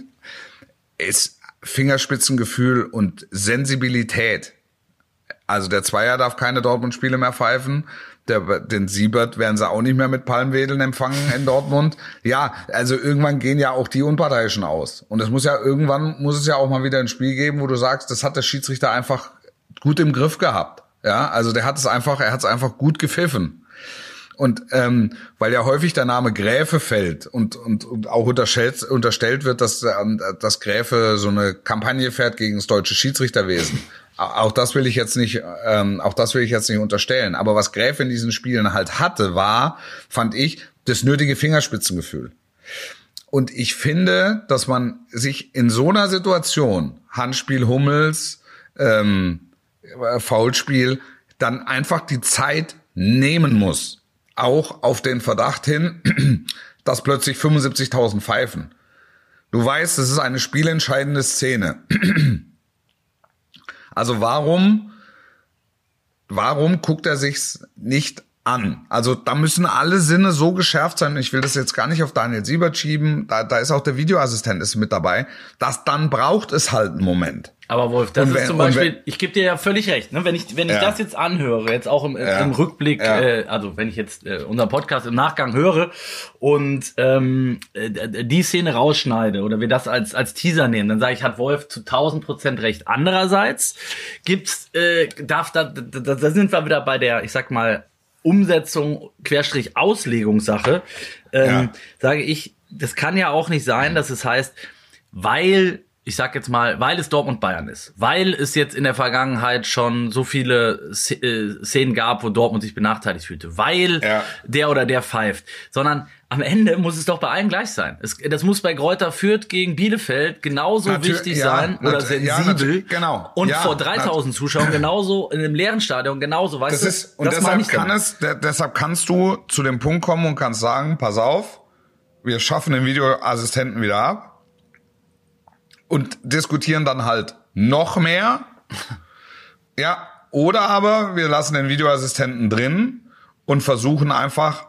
ist Fingerspitzengefühl und Sensibilität. Also der Zweier darf keine Dortmund-Spiele mehr pfeifen. Der, den Siebert werden sie auch nicht mehr mit Palmwedeln empfangen in Dortmund. Ja, also irgendwann gehen ja auch die Unparteiischen aus. Und es muss ja irgendwann, muss es ja auch mal wieder ein Spiel geben, wo du sagst, das hat der Schiedsrichter einfach gut im Griff gehabt. Ja, also der hat es einfach, er hat es einfach gut gepfiffen. Und ähm, weil ja häufig der Name Gräfe fällt und und, und auch unterstellt, unterstellt wird, dass ähm, dass Gräfe so eine Kampagne fährt gegen das deutsche Schiedsrichterwesen. Auch das will ich jetzt nicht, ähm, auch das will ich jetzt nicht unterstellen. Aber was Gräfe in diesen Spielen halt hatte, war, fand ich, das nötige Fingerspitzengefühl. Und ich finde, dass man sich in so einer Situation, Handspiel Hummels, ähm, Foulspiel, dann einfach die Zeit nehmen muss. Auch auf den Verdacht hin, dass plötzlich fünfundsiebzigtausend pfeifen. Du weißt, es ist eine spielentscheidende Szene. Also warum, warum guckt er sich's nicht an? Also da müssen alle Sinne so geschärft sein. Ich will das jetzt gar nicht auf Daniel Siebert schieben. Da, da ist auch der Videoassistent ist mit dabei. Das dann braucht es halt einen Moment. Aber Wolf, das wenn, ist zum Beispiel, wenn, ich gebe dir ja völlig recht, ne? Wenn ich wenn ich ja. das jetzt anhöre, jetzt auch im, ja. im Rückblick, ja. äh, also wenn ich jetzt äh, unseren Podcast im Nachgang höre und ähm, äh, die Szene rausschneide oder wir das als als Teaser nehmen, dann sage ich, hat Wolf zu tausend Prozent recht. Andererseits gibt's, äh, darf da, da, da sind wir wieder bei der, ich sag mal, Umsetzung Querstrich Auslegungssache. Ähm, ja. Sage ich, das kann ja auch nicht sein, dass es heißt, weil ich sag jetzt mal, weil es Dortmund Bayern ist, weil es jetzt in der Vergangenheit schon so viele Szenen gab, wo Dortmund sich benachteiligt fühlte, weil ja. der oder der pfeift, sondern am Ende muss es doch bei allen gleich sein. Es, das muss bei Greuther Fürth gegen Bielefeld genauso Natür- wichtig ja, sein oder nat- sensibel. Ja, genau. Und ja, vor dreitausend nat- Zuschauern genauso, in einem leeren Stadion genauso, weißt das du? Ist, und das deshalb kann es, de- deshalb kannst du zu dem Punkt kommen und kannst sagen, pass auf, wir schaffen den Videoassistenten wieder ab. Und diskutieren dann halt noch mehr. Ja, Oder aber wir lassen den Videoassistenten drin und versuchen einfach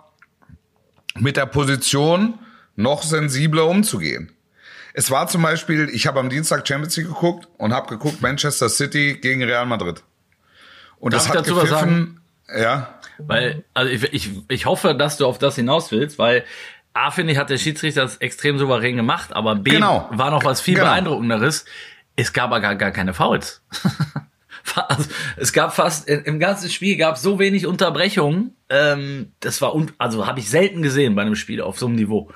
mit der Position noch sensibler umzugehen. Es war zum Beispiel, ich habe am Dienstag Champions League geguckt und habe geguckt Manchester City gegen Real Madrid. Und Darf das ich hat dazu was gepfiffen, ja. Weil, also ich, ich, ich hoffe, dass du auf das hinaus willst, weil A, finde ich, hat der Schiedsrichter das extrem souverän gemacht, aber B, Genau. war noch was viel Genau. beeindruckenderes. Es gab aber gar, gar keine Fouls. Also, es gab fast, im ganzen Spiel gab es so wenig Unterbrechungen, ähm, das war, un, also habe ich selten gesehen bei einem Spiel auf so einem Niveau.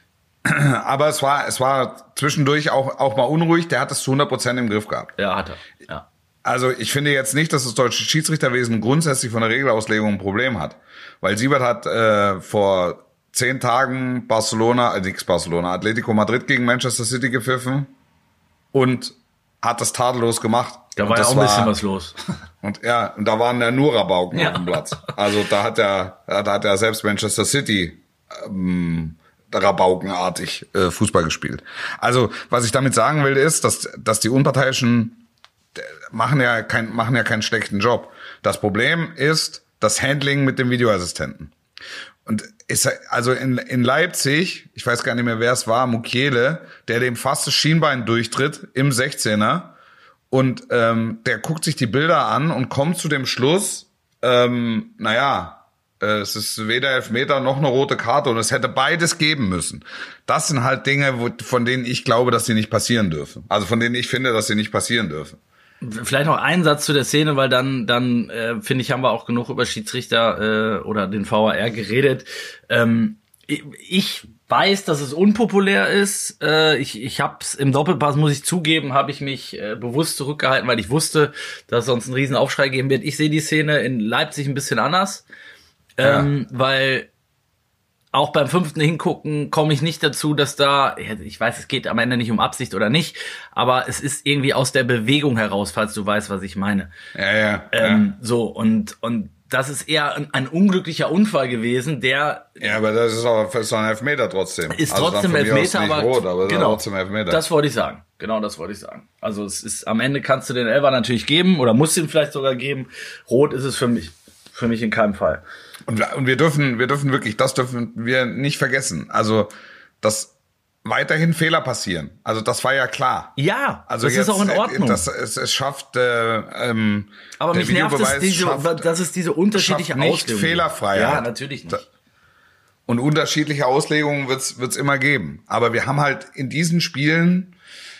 Aber es war, es war zwischendurch auch, auch mal unruhig. Der hat es zu hundert Prozent im Griff gehabt. Ja, hat er, ja. Also ich finde jetzt nicht, dass das deutsche Schiedsrichterwesen grundsätzlich von der Regelauslegung ein Problem hat. Weil Siebert hat äh, vor zehn Tagen Barcelona, äh, nix Barcelona, Atletico Madrid gegen Manchester City gepfiffen und hat das tadellos gemacht. Da und war ja das auch ein bisschen was los. Und ja, und da waren ja nur Rabauken Ja. auf dem Platz. Also da hat ja, da hat ja selbst Manchester City ähm, rabaukenartig äh, Fußball gespielt. Also was ich damit sagen will, ist, dass dass die Unparteiischen machen ja kein, machen ja keinen schlechten Job. Das Problem ist das Handling mit dem Videoassistenten. Und ist also in, in Leipzig, ich weiß gar nicht mehr, wer es war, Mukiele, der dem fast das Schienbein durchtritt im sechzehner und ähm, der guckt sich die Bilder an und kommt zu dem Schluss, ähm, naja, äh, es ist weder Elfmeter noch eine rote Karte und es hätte beides geben müssen. Das sind halt Dinge, wo, von denen ich glaube, dass sie nicht passieren dürfen. Also von denen ich finde, dass sie nicht passieren dürfen. Vielleicht noch einen Satz zu der Szene, weil dann, dann äh, finde ich, haben wir auch genug über Schiedsrichter äh, oder den V A R geredet. Ähm, ich, ich weiß, dass es unpopulär ist. Äh, ich ich habe es im Doppelpass, muss ich zugeben, habe ich mich äh, bewusst zurückgehalten, weil ich wusste, dass es sonst einen riesen Aufschrei geben wird. Ich sehe die Szene in Leipzig ein bisschen anders, ähm, ja. weil auch beim fünften Hingucken komme ich nicht dazu, dass da, ich weiß, es geht am Ende nicht um Absicht oder nicht, aber es ist irgendwie aus der Bewegung heraus, falls du weißt, was ich meine. Ja, ja. Ähm, ja. So, und und das ist eher ein, ein unglücklicher Unfall gewesen, der... Ja, aber das ist auch, das ist auch ein Elfmeter trotzdem. Ist also trotzdem Elfmeter, aber... Rot, aber genau, trotzdem Elfmeter. Das wollte ich sagen. Genau, das wollte ich sagen. Also es ist, am Ende kannst du den Elfer natürlich geben oder musst ihn vielleicht sogar geben. Rot ist es für mich, für mich in keinem Fall. Und, und wir dürfen, wir dürfen wirklich, das dürfen wir nicht vergessen. Also, dass weiterhin Fehler passieren. Also, das war ja klar. Ja, also das jetzt, ist auch in Ordnung. Das, es, es schafft, äh, ähm, aber der mich nervt es, diese, schafft, dass es diese unterschiedliche schafft nicht Auslegung Fehlerfreiheit. Ja, natürlich nicht. Und unterschiedliche Auslegungen wird's, wird's immer geben. Aber wir haben halt in diesen Spielen,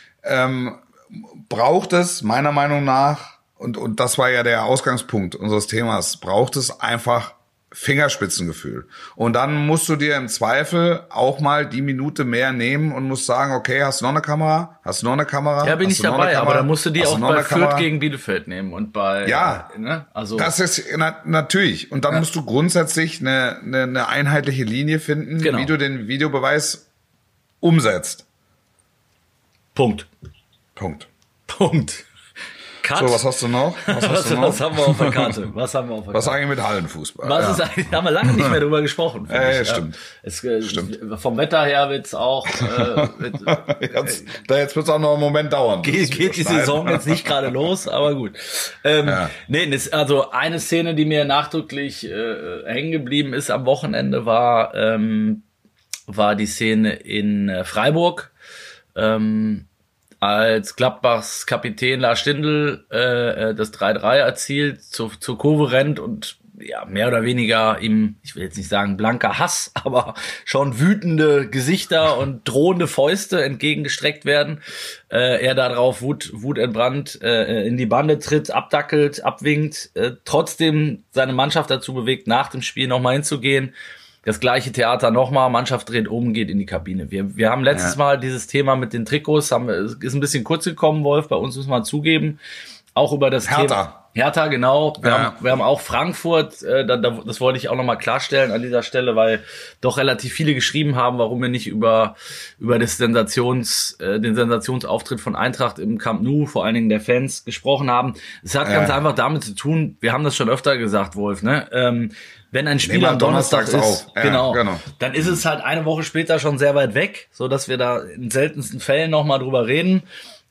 ähm, braucht es meiner Meinung nach, und, und das war ja der Ausgangspunkt unseres Themas, braucht es einfach Fingerspitzengefühl. Und dann musst du dir im Zweifel auch mal die Minute mehr nehmen und musst sagen, okay, hast du noch eine Kamera? Hast du noch eine Kamera? Ja, bin hast ich dabei, aber da musst du die auch bei Fürth Kamera? gegen Bielefeld nehmen und bei... Ja, ne? Also das ist na, natürlich. Und dann ja. musst du grundsätzlich eine, eine, eine einheitliche Linie finden, genau. wie du den Videobeweis umsetzt. Punkt. Punkt. Punkt. Cut. So, was hast du noch? Was, hast was, du noch? was haben wir auf der Karte? Was haben wir auf der Was Karte? eigentlich mit Hallenfußball? Was ja. ist eigentlich, da haben wir lange nicht mehr drüber gesprochen. Ja, ja, ich. stimmt. Es, äh, stimmt. Vom Wetter her wird's auch, äh, wird, jetzt, da jetzt wird's auch noch einen Moment dauern. Geht, geht die Saison jetzt nicht gerade los, aber gut. Ähm, ja. Nee, das, also eine Szene, die mir nachdrücklich äh, hängen geblieben ist am Wochenende, war, ähm, war die Szene in äh, Freiburg. Ähm, als Gladbachs Kapitän Lars Stindl äh, das drei drei erzielt, zur, zur Kurve rennt und ja mehr oder weniger ihm, ich will jetzt nicht sagen blanker Hass, aber schon wütende Gesichter und drohende Fäuste entgegengestreckt werden. Äh, er darauf Wut, wutentbrannt äh, in die Bande tritt, abdackelt, abwinkt, äh, trotzdem seine Mannschaft dazu bewegt, nach dem Spiel nochmal hinzugehen. Das gleiche Theater nochmal, Mannschaft dreht um, geht in die Kabine. Wir, wir haben letztes ja. Mal dieses Thema mit den Trikots, haben, ist ein bisschen kurz gekommen, Wolf, bei uns muss man zugeben. Auch über das Hertha. Thema. Hertha, genau. Wir, ja. haben, wir haben auch Frankfurt, äh, da, da, das wollte ich auch nochmal klarstellen an dieser Stelle, weil doch relativ viele geschrieben haben, warum wir nicht über über das Sensations, äh, den Sensationsauftritt von Eintracht im Camp Nou, vor allen Dingen der Fans, gesprochen haben. Es hat ja. ganz einfach damit zu tun, wir haben das schon öfter gesagt, Wolf, ne? Ähm, wenn ein Spiel am Donnerstag ist, ja, genau, genau, dann ist es halt eine Woche später schon sehr weit weg, so dass wir da in seltensten Fällen nochmal drüber reden.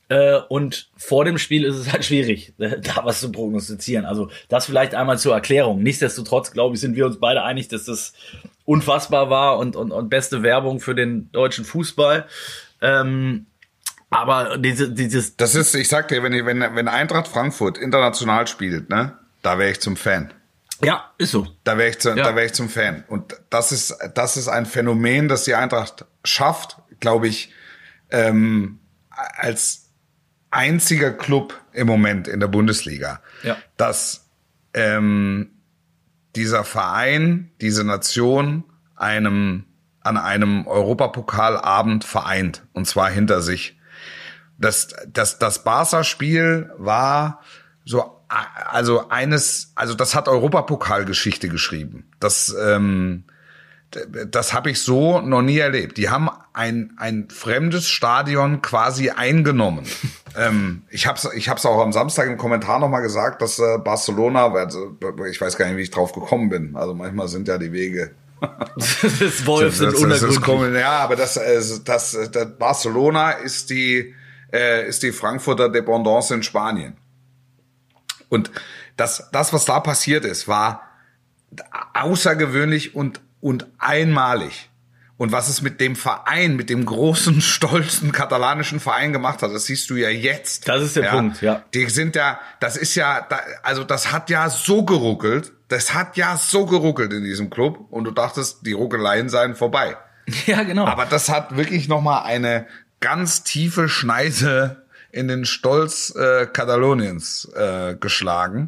Äh, und vor dem Spiel ist es halt schwierig, äh, da was zu prognostizieren. Also das vielleicht einmal zur Erklärung. Nichtsdestotrotz, glaube ich, sind wir uns beide einig, dass das unfassbar war und, und, und beste Werbung für den deutschen Fußball. Ähm, aber diese, dieses... Das ist, ich sag dir, wenn, wenn, wenn Eintracht Frankfurt international spielt, ne, da wäre ich zum Fan. Ja, ist so. Da wäre ich, zu, Ja. da wäre ich zum Fan. Und das ist, das ist ein Phänomen, das die Eintracht schafft, glaube ich, ähm, als einziger Club im Moment in der Bundesliga, Ja. dass ähm, dieser Verein, diese Nation einem an einem Europapokalabend vereint, und zwar hinter sich. Das, das, das Barca-Spiel war so, also eines, also das hat Europapokalgeschichte geschrieben. Das, ähm, das habe ich so noch nie erlebt. Die haben ein ein fremdes Stadion quasi eingenommen. ähm, ich habe es ich hab's auch am Samstag im Kommentar nochmal gesagt, dass äh, Barcelona, also, ich weiß gar nicht, wie ich drauf gekommen bin. Also manchmal sind ja die Wege... das Wolf sind das, das, das ist unergründlich. komisch. Ja, aber das, das, das, das Barcelona ist die, äh, ist die Frankfurter Dependance in Spanien. Und das, das, was da passiert ist, war außergewöhnlich und und einmalig. Und was es mit dem Verein, mit dem großen, stolzen katalanischen Verein gemacht hat, das siehst du ja jetzt. Das ist der ja, Punkt, ja. Die sind ja, das ist ja, also das hat ja so geruckelt, das hat ja so geruckelt in diesem Club und du dachtest, die Ruckeleien seien vorbei. Ja, genau. Aber das hat wirklich nochmal eine ganz tiefe Schneise in den Stolz äh, Kataloniens äh, geschlagen.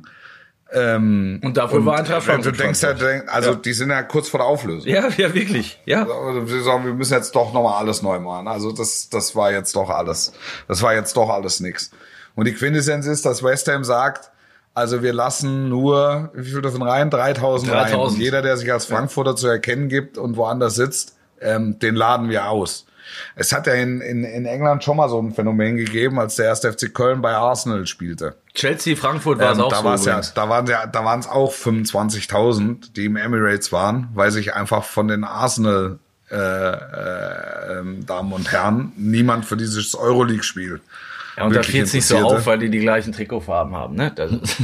Ähm, und dafür war Eintracht Frankfurt. Du denkst ja, also ja. die sind ja kurz vor der Auflösung. Ja, ja, wirklich. Ja. Also wir sagen, wir müssen jetzt doch nochmal alles neu machen. Also das, das war jetzt doch alles, das war jetzt doch alles nix. Und die Quintessenz ist, dass West Ham sagt, also wir lassen nur, wie viel dürfen rein? dreitausend rein. Und jeder, der sich als Frankfurter ja. zu erkennen gibt und woanders sitzt, ähm, den laden wir aus. Es hat ja in, in, in England schon mal so ein Phänomen gegeben, als der erste F C Köln bei Arsenal spielte. Chelsea, Frankfurt war es ähm, auch da so. War's ja, da waren ja, da waren es auch fünfundzwanzigtausend, die im Emirates waren, weil sich einfach von den Arsenal äh, äh, Damen und Herren niemand für dieses Euroleague-Spiel. Ja, und da fiel es nicht so auf, weil die die gleichen Trikotfarben haben, ne? Das ist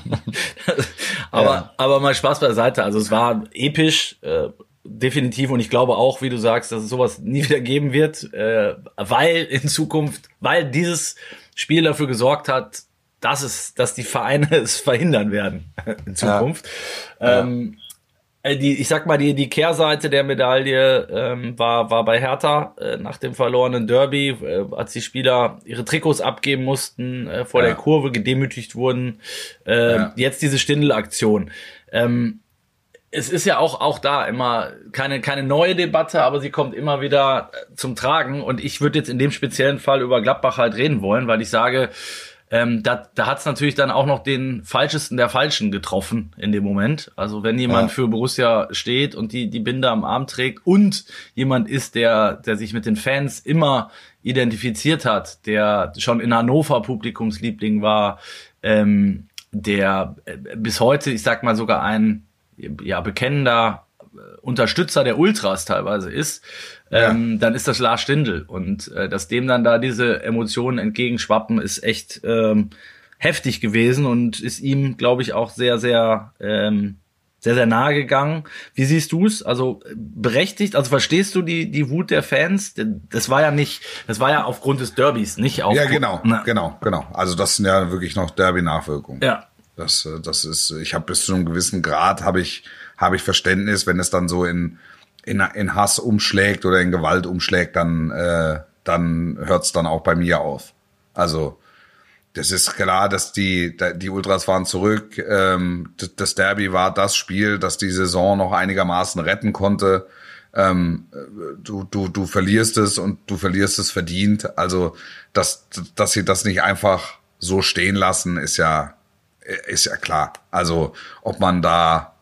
aber, ja. aber mal Spaß beiseite. Also es war episch, äh, definitiv, und ich glaube auch, wie du sagst, dass es sowas nie wieder geben wird, äh, weil in Zukunft, weil dieses Spiel dafür gesorgt hat, dass es, dass die Vereine es verhindern werden in Zukunft. Ja. Ähm, die, ich sag mal, die die Kehrseite der Medaille ähm, war war bei Hertha äh, nach dem verlorenen Derby, äh, als die Spieler ihre Trikots abgeben mussten, äh, vor ja. der Kurve gedemütigt wurden. Äh, ja. Jetzt diese Stindl-Aktion. Ähm, Es ist ja auch auch da immer keine keine neue Debatte, aber sie kommt immer wieder zum Tragen. Und ich würde jetzt in dem speziellen Fall über Gladbach halt reden wollen, weil ich sage, ähm, da da hat es natürlich dann auch noch den Falschesten der Falschen getroffen in dem Moment. Also wenn jemand ja. für Borussia steht und die die Binde am Arm trägt und jemand ist, der der sich mit den Fans immer identifiziert hat, der schon in Hannover Publikumsliebling war, ähm, der bis heute, ich sag mal sogar ein ja bekennender Unterstützer der Ultras teilweise ist, ja. ähm, dann ist das Lars Stindl. Und äh, dass dem dann da diese Emotionen entgegenschwappen, ist echt ähm, heftig gewesen und ist ihm, glaube ich, auch sehr, sehr, ähm, sehr, sehr nahe gegangen. Wie siehst du es? Also berechtigt, also verstehst du die die Wut der Fans? Das war ja nicht, das war ja aufgrund des Derbys, nicht aufgrund... Ja, genau, na. genau, genau. Also das sind ja wirklich noch Derby-Nachwirkungen. Ja. Das, das ist, ich habe bis zu einem gewissen Grad habe ich habe ich Verständnis, wenn es dann so in in, in Hass umschlägt oder in Gewalt umschlägt, dann äh, dann hört's dann auch bei mir auf. Also das ist klar, dass die die Ultras fahren zurück. Ähm, das Derby war das Spiel, das die Saison noch einigermaßen retten konnte. Ähm, du du du verlierst es und du verlierst es verdient. Also dass dass sie das nicht einfach so stehen lassen, ist ja ist ja klar. Also ob man da,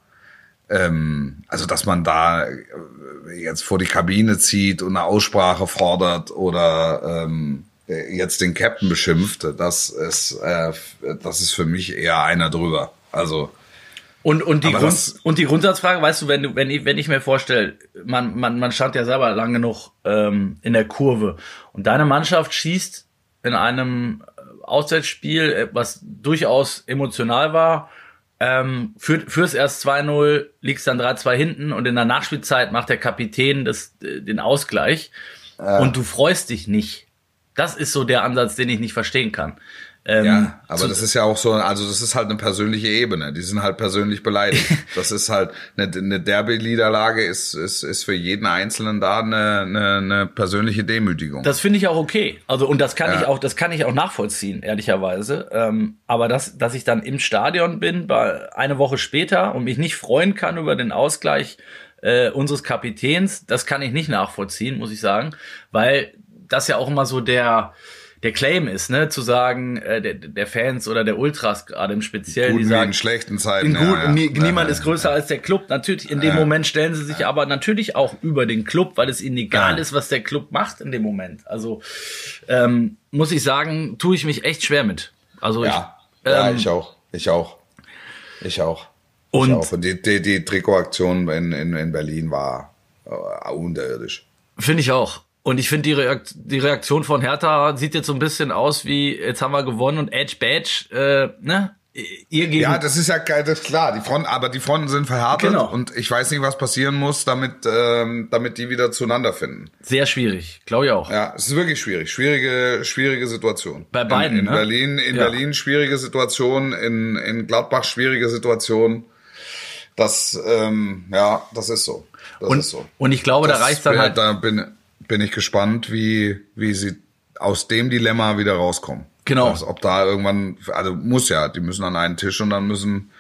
ähm, also dass man da jetzt vor die Kabine zieht und eine Aussprache fordert oder ähm, jetzt den Captain beschimpft, das ist, äh, das ist für mich eher einer drüber. Also und und die Grund, das, und die Grundsatzfrage, weißt du, wenn du wenn ich wenn ich mir vorstelle, man man man stand ja selber lang genug ähm, in der Kurve und deine Mannschaft schießt in einem Auswärtsspiel, was durchaus emotional war, ähm, führt, führst erst zwei null, liegst dann drei zwei hinten und in der Nachspielzeit macht der Kapitän das, den Ausgleich äh. und du freust dich nicht. Das ist so der Ansatz, den ich nicht verstehen kann. Ähm, ja, aber das ist ja auch so, also das ist halt eine persönliche Ebene. Die sind halt persönlich beleidigt. Das ist halt eine, eine Derby-Niederlage ist, ist, ist für jeden Einzelnen da eine, eine, eine persönliche Demütigung. Das finde ich auch okay. Also und das kann ja. ich auch, das kann ich auch nachvollziehen, ehrlicherweise. Ähm, aber das, dass ich dann im Stadion bin, bei, eine Woche später und mich nicht freuen kann über den Ausgleich äh, unseres Kapitäns, das kann ich nicht nachvollziehen, muss ich sagen, weil das ja auch immer so der der Claim ist, ne, zu sagen, äh, der, der Fans oder der Ultras gerade im Speziellen, guten die sagen, in schlechten Zeiten, in gut, ja, ja. nie, niemand ja, ist größer ja. als der Club. Natürlich, in dem ja. Moment stellen sie sich aber natürlich auch über den Club, weil es ihnen egal ja. ist, was der Club macht in dem Moment. Also ähm, muss ich sagen, tue ich mich echt schwer mit. Also ja, ich, ja, ähm, ich auch, ich auch, ich auch. Und, ich auch. und die, die, die Trikotaktion in, in, in Berlin war äh, unterirdisch. Finde ich auch. Und ich finde, die, Reakt- die Reaktion von Hertha sieht jetzt so ein bisschen aus wie, jetzt haben wir gewonnen und Edge Badge, äh, ne? Ihr gegen ja, das ist ja geil, das ist klar. Die Fronten, aber die Fronten sind verhärtet genau. und ich weiß nicht, was passieren muss, damit, ähm, damit die wieder zueinander finden. Sehr schwierig, glaube ich auch. Ja, es ist wirklich schwierig. Schwierige, schwierige Situation. Bei beiden, In, in ne? Berlin, in ja. Berlin schwierige Situation, in, in Gladbach schwierige Situation. Das, ähm, ja, das ist so. Das und, ist so. Und ich glaube, das da reicht dann wär, halt. Da bin, bin ich gespannt, wie, wie sie aus dem Dilemma wieder rauskommen. Genau. Also, ob da irgendwann, also muss ja, die müssen an einen Tisch und dann müssen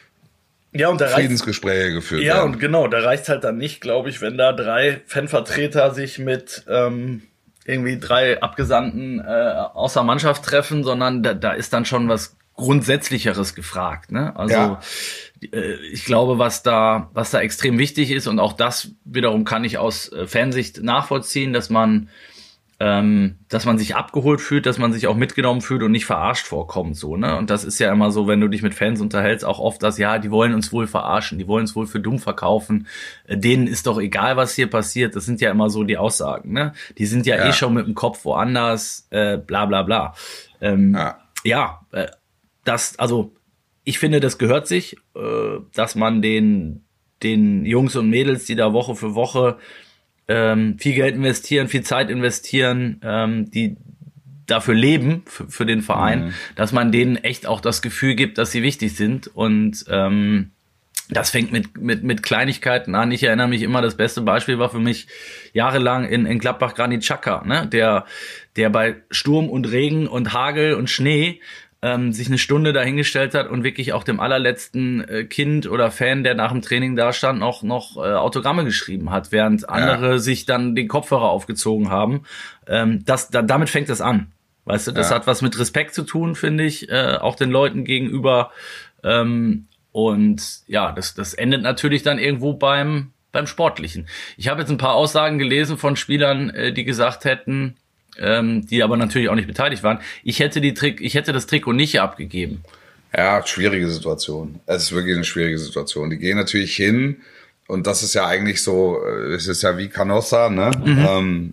ja, und da Friedensgespräche reicht, geführt ja, werden. Ja, und genau, da reicht halt dann nicht, glaube ich, wenn da drei Fanvertreter sich mit ähm, irgendwie drei Abgesandten äh, außer Mannschaft treffen, sondern da, da ist dann schon was Grundsätzlicheres gefragt, ne? Also ja. äh, ich glaube, was da was da extrem wichtig ist und auch das wiederum kann ich aus äh, Fansicht nachvollziehen, dass man ähm, dass man sich abgeholt fühlt, dass man sich auch mitgenommen fühlt und nicht verarscht vorkommt, so, ne? Und das ist ja immer so, wenn du dich mit Fans unterhältst, auch oft das, ja, die wollen uns wohl verarschen, die wollen uns wohl für dumm verkaufen, äh, denen ist doch egal, was hier passiert, das sind ja immer so die Aussagen, ne? Die sind ja, ja. eh schon mit dem Kopf woanders, äh, bla bla bla. Ähm, ja, ja äh, das, also, ich finde, das gehört sich, äh, dass man den, den Jungs und Mädels, die da Woche für Woche ähm, viel Geld investieren, viel Zeit investieren, ähm, die dafür leben, für, für den Verein, mhm. dass man denen echt auch das Gefühl gibt, dass sie wichtig sind. Und ähm, das fängt mit, mit, mit Kleinigkeiten an. Ich erinnere mich immer, das beste Beispiel war für mich jahrelang in, in Gladbach Granit Xhaka, ne? der, der bei Sturm und Regen und Hagel und Schnee ähm, sich eine Stunde dahingestellt hat und wirklich auch dem allerletzten äh, Kind oder Fan, der nach dem Training da stand, noch, noch äh, Autogramme geschrieben hat, während andere ja. sich dann den Kopfhörer aufgezogen haben. Ähm, das, da, damit fängt es an. Weißt du, das ja. hat was mit Respekt zu tun, finde ich, äh, auch den Leuten gegenüber. Ähm, und ja, das, das endet natürlich dann irgendwo beim, beim Sportlichen. Ich habe jetzt ein paar Aussagen gelesen von Spielern, äh, die gesagt hätten, ähm, die aber natürlich auch nicht beteiligt waren, ich hätte die Trick, ich hätte das Trikot nicht abgegeben. Ja, schwierige Situation. Es ist wirklich eine schwierige Situation. Die gehen natürlich hin und das ist ja eigentlich so, es ist ja wie Canossa, ne? Mhm. Ähm,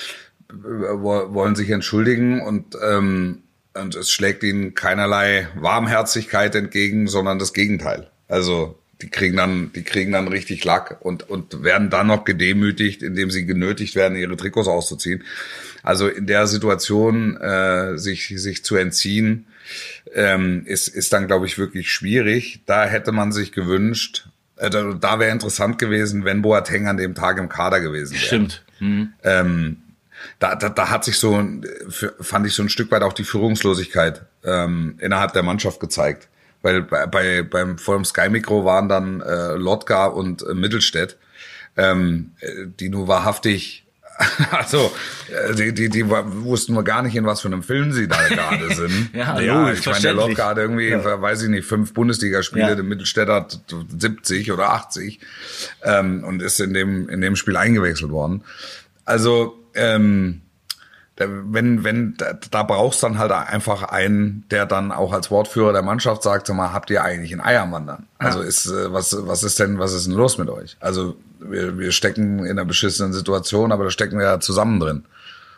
wollen sich entschuldigen und ähm, und es schlägt ihnen keinerlei Warmherzigkeit entgegen, sondern das Gegenteil. Also die kriegen dann, die kriegen dann richtig Lack und und werden dann noch gedemütigt, indem sie genötigt werden, ihre Trikots auszuziehen. Also in der Situation äh, sich sich zu entziehen, ähm, ist ist dann, glaube ich, wirklich schwierig. Da hätte man sich gewünscht, äh, da, da wäre interessant gewesen, wenn Boateng an dem Tag im Kader gewesen wäre. Stimmt. Mhm. Ähm, Da, da, da hat sich so, fand ich so ein Stück weit auch die Führungslosigkeit ähm, innerhalb der Mannschaft gezeigt. Weil bei, bei beim vor dem Sky-Mikro waren dann äh, Lotka und äh, Mittelstädt, ähm, die nur wahrhaftig, also die, die, die wussten nur gar nicht, in was für einem Film sie da gerade sind. ja, ja logisch, ich meine, der Lotka hat irgendwie, ja. weiß ich nicht, fünf Bundesligaspiele, ja. der Mittelstädt hat siebzig oder achtzig ähm, und ist in dem in dem Spiel eingewechselt worden. Also Ähm, wenn, wenn, da, da brauchst dann halt einfach einen, der dann auch als Wortführer der Mannschaft sagt, sag mal, habt ihr eigentlich einen Eiermann dann? Also ist, was, was ist denn, was ist denn los mit euch? Also wir, wir stecken in einer beschissenen Situation, aber da stecken wir ja zusammen drin.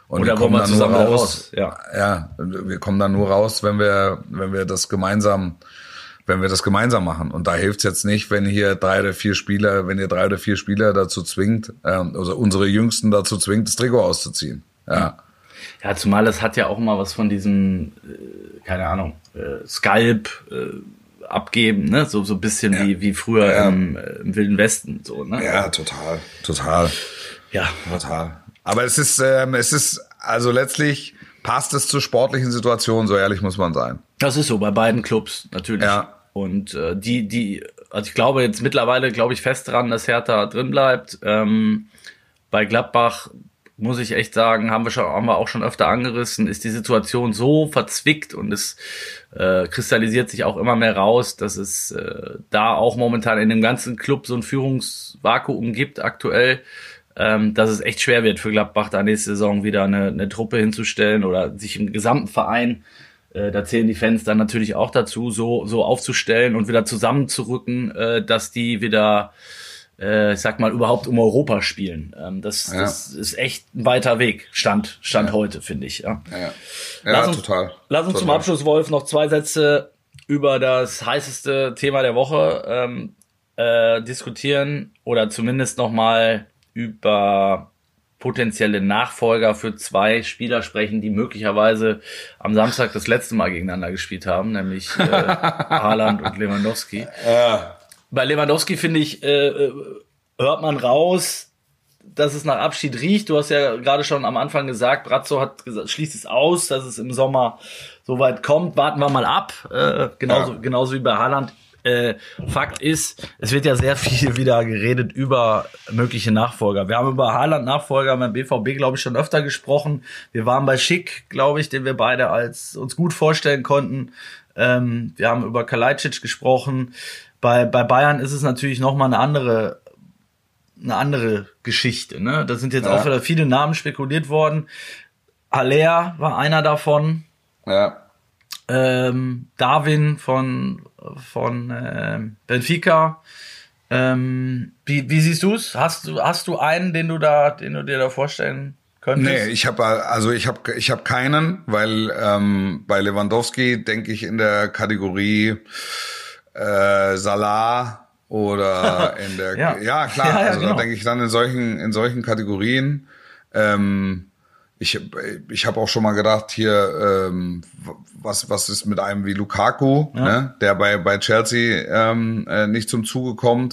Und Oder wir kommen wir dann nur zusammen raus. raus. Ja. ja, wir kommen dann nur raus, wenn wir, wenn wir das gemeinsam, wenn wir das gemeinsam machen. Und da hilft's jetzt nicht, wenn hier drei oder vier Spieler, wenn ihr drei oder vier Spieler dazu zwingt, ähm, also unsere Jüngsten dazu zwingt, das Trikot auszuziehen. Ja. Ja, zumal es hat ja auch immer was von diesem, äh, keine Ahnung, äh, Skalp äh, abgeben, ne? So so ein bisschen ja. wie wie früher ja. im, äh, im Wilden Westen, so, ne? Ja, total, total, ja, total. Aber es ist, ähm, es ist, also letztlich passt es zur sportlichen Situation, so ehrlich muss man sein. Das ist so bei beiden Clubs natürlich. Ja. Und äh, die, die, also ich glaube jetzt mittlerweile, glaube ich fest dran, dass Hertha drin bleibt. Ähm, bei Gladbach muss ich echt sagen, haben wir schon, haben wir auch schon öfter angerissen, ist die Situation so verzwickt und es äh, kristallisiert sich auch immer mehr raus, dass es äh, da auch momentan in dem ganzen Club so ein Führungsvakuum gibt aktuell, ähm, dass es echt schwer wird für Gladbach da nächste Saison wieder eine, eine Truppe hinzustellen oder sich im gesamten Verein, äh, da zählen die Fans dann natürlich auch dazu, so so aufzustellen und wieder zusammenzurücken, äh, dass die wieder äh, ich sag mal, überhaupt um Europa spielen. Ähm, das, ja. das ist echt ein weiter Weg, Stand, Stand ja. heute, finde ich. Ja, ja, ja. Lass uns, total. Lass uns total. zum Abschluss, Wolf, noch zwei Sätze über das heißeste Thema der Woche ähm, äh, diskutieren oder zumindest nochmal über potenzielle Nachfolger für zwei Spieler sprechen, die möglicherweise am Samstag das letzte Mal gegeneinander gespielt haben, nämlich äh, Haaland und Lewandowski. Ja. Bei Lewandowski, finde ich, äh, hört man raus, dass es nach Abschied riecht. Du hast ja gerade schon am Anfang gesagt, Brazzo hat gesagt, schließt es aus, dass es im Sommer so weit kommt. Warten wir mal ab. Äh, genauso, ja. genauso wie bei Haaland. Äh, Fakt ist, es wird ja sehr viel wieder geredet über mögliche Nachfolger. Wir haben über Haaland-Nachfolger beim B V B, glaube ich, schon öfter gesprochen. Wir waren bei Schick, glaube ich, den wir beide als uns gut vorstellen konnten. Ähm, wir haben über Kalajdzic gesprochen. Bei, bei Bayern ist es natürlich nochmal eine andere, eine andere Geschichte, ne? Da sind jetzt ja. auch wieder viele Namen spekuliert worden. Haller war einer davon. Ja. Ähm, Darwin von, von, äh, Benfica. Ähm, wie, wie siehst du's? Hast du, hast du einen, den du da, den du dir da vorstellen könntest? Nee, ich habe also ich habe ich habe keinen, weil ähm, bei Lewandowski denke ich in der Kategorie Äh, Salah oder in der ja. ja klar, ja, ja, also genau. da denke ich dann in solchen in solchen Kategorien. Ähm, ich ich habe auch schon mal gedacht hier, ähm, was was ist mit einem wie Lukaku, ja. ne, der bei bei Chelsea ähm, äh, nicht zum Zuge kommt.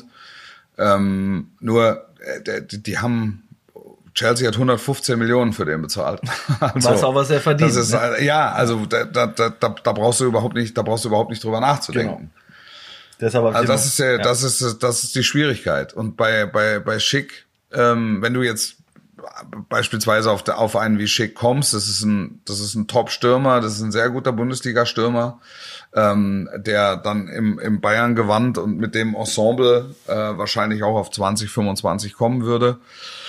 Ähm, nur äh, die, die haben Chelsea hat hundertfünfzehn Millionen für den bezahlt. Also, weiß auch, was er verdient. Das ist, ne? Ja, also da, da, da, da brauchst du überhaupt nicht, da brauchst du überhaupt nicht drüber nachzudenken. Genau. Deshalb also das ist ja, ja, das ist das ist die Schwierigkeit. Und bei bei bei Schick, ähm, wenn du jetzt beispielsweise auf der, auf einen wie Schick kommst, das ist ein das ist ein Top-Stürmer, das ist ein sehr guter Bundesliga-Stürmer, ähm, der dann im im Bayern-Gewand und mit dem Ensemble äh, wahrscheinlich auch auf zwanzig, fünfundzwanzig kommen würde.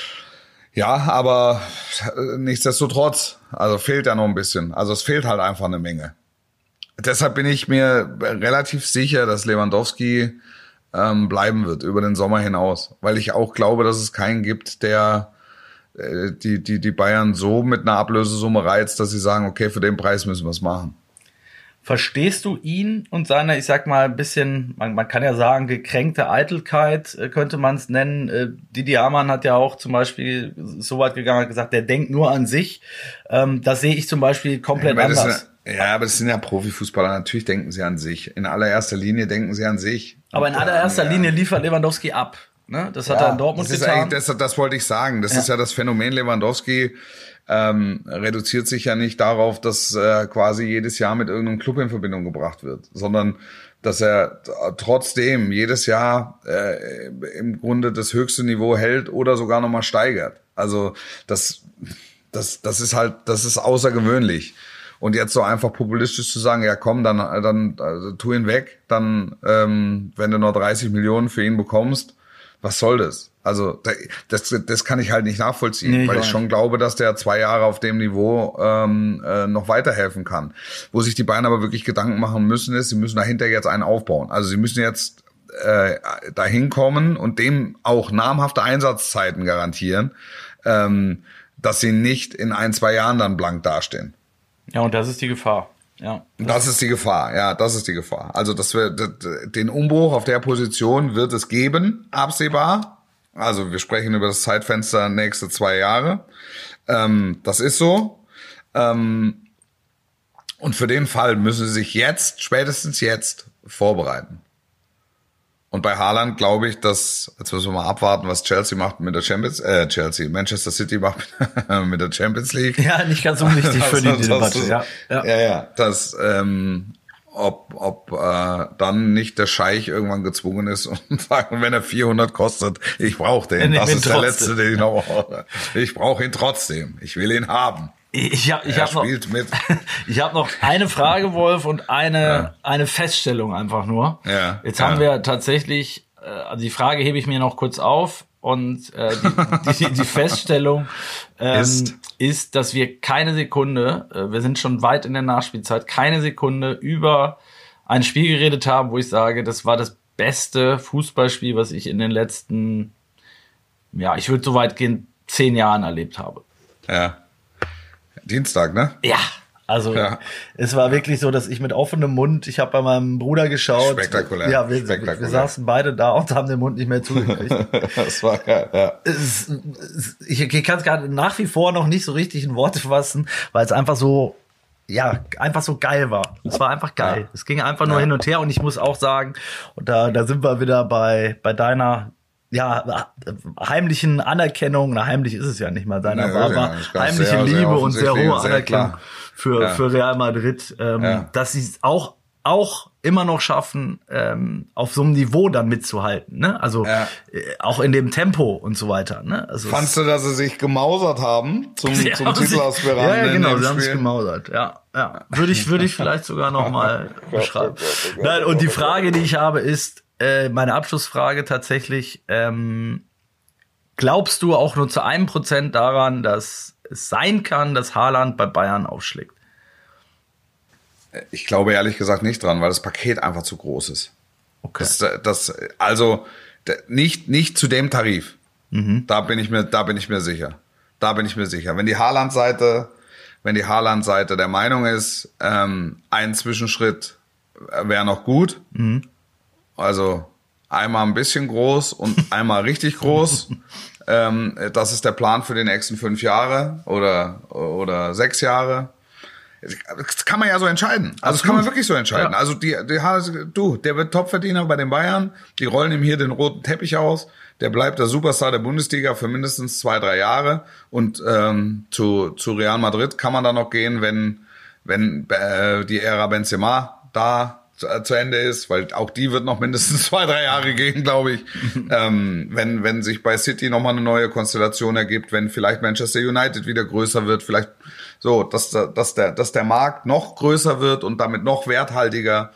Ja, aber nichtsdestotrotz, also fehlt ja noch ein bisschen. Also es fehlt halt einfach eine Menge. Deshalb bin ich mir relativ sicher, dass Lewandowski ähm, bleiben wird über den Sommer hinaus, weil ich auch glaube, dass es keinen gibt, der äh, die die die Bayern so mit einer Ablösesumme reizt, dass sie sagen, okay, für den Preis müssen wir es machen. Verstehst du ihn und seine, ich sag mal, ein bisschen, man, man kann ja sagen, gekränkte Eitelkeit, äh, könnte man es nennen. Äh, Didi Hamann hat ja auch zum Beispiel so weit gegangen, hat gesagt, der denkt nur an sich. Ähm, das sehe ich zum Beispiel komplett ja, anders. Ja, ja, aber das sind ja Profifußballer, natürlich denken sie an sich. In allererster Linie denken sie an sich. Aber in allererster ja. Linie liefert Lewandowski ab. Ne? Das hat ja, er in Dortmund das getan. Ist das, das wollte ich sagen. Das ja. ist ja das Phänomen Lewandowski. Ähm, reduziert sich ja nicht darauf, dass er quasi jedes Jahr mit irgendeinem Club in Verbindung gebracht wird, sondern dass er trotzdem jedes Jahr äh, im Grunde das höchste Niveau hält oder sogar nochmal steigert. Also das, das, das ist halt, das ist außergewöhnlich. Und jetzt so einfach populistisch zu sagen, ja komm, dann, dann also, tu ihn weg, dann, ähm, wenn du noch dreißig Millionen für ihn bekommst, was soll das? Also das, das kann ich halt nicht nachvollziehen, nee, ich weil ich schon glaube, dass der zwei Jahre auf dem Niveau ähm, äh, noch weiterhelfen kann. Wo sich die Bayern aber wirklich Gedanken machen müssen, ist, sie müssen dahinter jetzt einen aufbauen. Also sie müssen jetzt äh, dahin kommen und dem auch namhafte Einsatzzeiten garantieren, ähm, dass sie nicht in ein, zwei Jahren dann blank dastehen. Ja, und das ist die Gefahr. Ja. Das ist die Gefahr, ja, das ist die Gefahr. Also, dass wir den Umbruch auf der Position wird es geben, absehbar. Also, wir sprechen über das Zeitfenster nächste zwei Jahre. Ähm, das ist so. Ähm, und für den Fall müssen sie sich jetzt, spätestens jetzt, vorbereiten. Und bei Haaland glaube ich, dass, jetzt müssen wir mal abwarten, was Chelsea macht mit der Champions, äh, Chelsea, Manchester City macht mit der Champions League. Ja, nicht ganz unwichtig für die Debatte, ja. Ja, ja, ja, dass, ähm, ob, ob, äh, dann nicht der Scheich irgendwann gezwungen ist und sagt, wenn er vierhundert kostet, ich brauche den. Das ist der letzte, den ich noch brauche. Ich brauche ihn trotzdem. Ich will ihn haben. Ich habe ich er hab noch, spielt mit. Ich habe noch eine Frage, Wolf, und eine ja. eine Feststellung einfach nur. Ja, Jetzt ja. haben wir tatsächlich, äh, also die Frage hebe ich mir noch kurz auf und äh, die, die, die Feststellung ähm, ist. ist, dass wir keine Sekunde, äh, wir sind schon weit in der Nachspielzeit, keine Sekunde über ein Spiel geredet haben, wo ich sage, das war das beste Fußballspiel, was ich in den letzten, ja, ich würde so weit gehen, zehn Jahren erlebt habe. Ja. Dienstag, ne? Ja, also ja. Es war wirklich so, dass ich mit offenem Mund, ich habe bei meinem Bruder geschaut. Spektakulär. Ja, wir, Spektakulär. wir saßen beide da und haben den Mund nicht mehr zugekriegt. Das war geil, ja. Es, es, ich ich kann es gerade nach wie vor noch nicht so richtig in Worte fassen, weil es einfach so, ja, einfach so geil war. Es war einfach geil. Ja. Es ging einfach nur ja. hin und her und ich muss auch sagen, und da, da sind wir wieder bei, bei deiner ja, heimlichen Anerkennung, na heimlich ist es ja nicht mal seiner, nee, aber ja, heimliche sehr, Liebe sehr und sehr hohe sehr Anerkennung klar. für ja. für Real Madrid, ähm, ja. dass sie es auch auch immer noch schaffen, ähm, auf so einem Niveau dann mitzuhalten, ne? Also ja. äh, auch in dem Tempo und so weiter, ne? Also fandst du, dass sie sich gemausert haben zum, sie zum haben sich- Titelaspiranten? Ja, ja, genau, in dem sie haben sich Spiel? gemausert, ja, ja. Würde ich, würde ich vielleicht sogar noch mal beschreiben. Nein, und die Frage, die ich habe, ist äh, meine Abschlussfrage tatsächlich. Ähm, glaubst du auch nur zu einem Prozent daran, dass es sein kann, dass Haaland bei Bayern aufschlägt? Ich glaube ehrlich gesagt nicht dran, weil das Paket einfach zu groß ist. Okay. Das, das, also nicht, nicht zu dem Tarif. Mhm. Da bin ich mir, da bin ich mir sicher. Da bin ich mir sicher. Wenn die Haaland-Seite, wenn die Haaland-Seite der Meinung ist, ähm, ein Zwischenschritt wäre noch gut. Mhm. Also einmal ein bisschen groß und einmal richtig groß. ähm, das ist der Plan für die nächsten fünf Jahre oder, oder sechs Jahre. Das kann man ja so entscheiden. Also das kann man wirklich so entscheiden. Ja. Also die, die, du, der wird Topverdiener bei den Bayern. Die rollen ihm hier den roten Teppich aus. Der bleibt der Superstar der Bundesliga für mindestens zwei, drei Jahre. Und ähm, zu, zu Real Madrid kann man dann noch gehen, wenn, wenn äh, die Ära Benzema da zu, zu Ende ist, weil auch die wird noch mindestens zwei, drei Jahre gehen, glaube ich. ähm, wenn, wenn sich bei City nochmal eine neue Konstellation ergibt, wenn vielleicht Manchester United wieder größer wird, vielleicht so, dass, dass, der, dass der Markt noch größer wird und damit noch werthaltiger.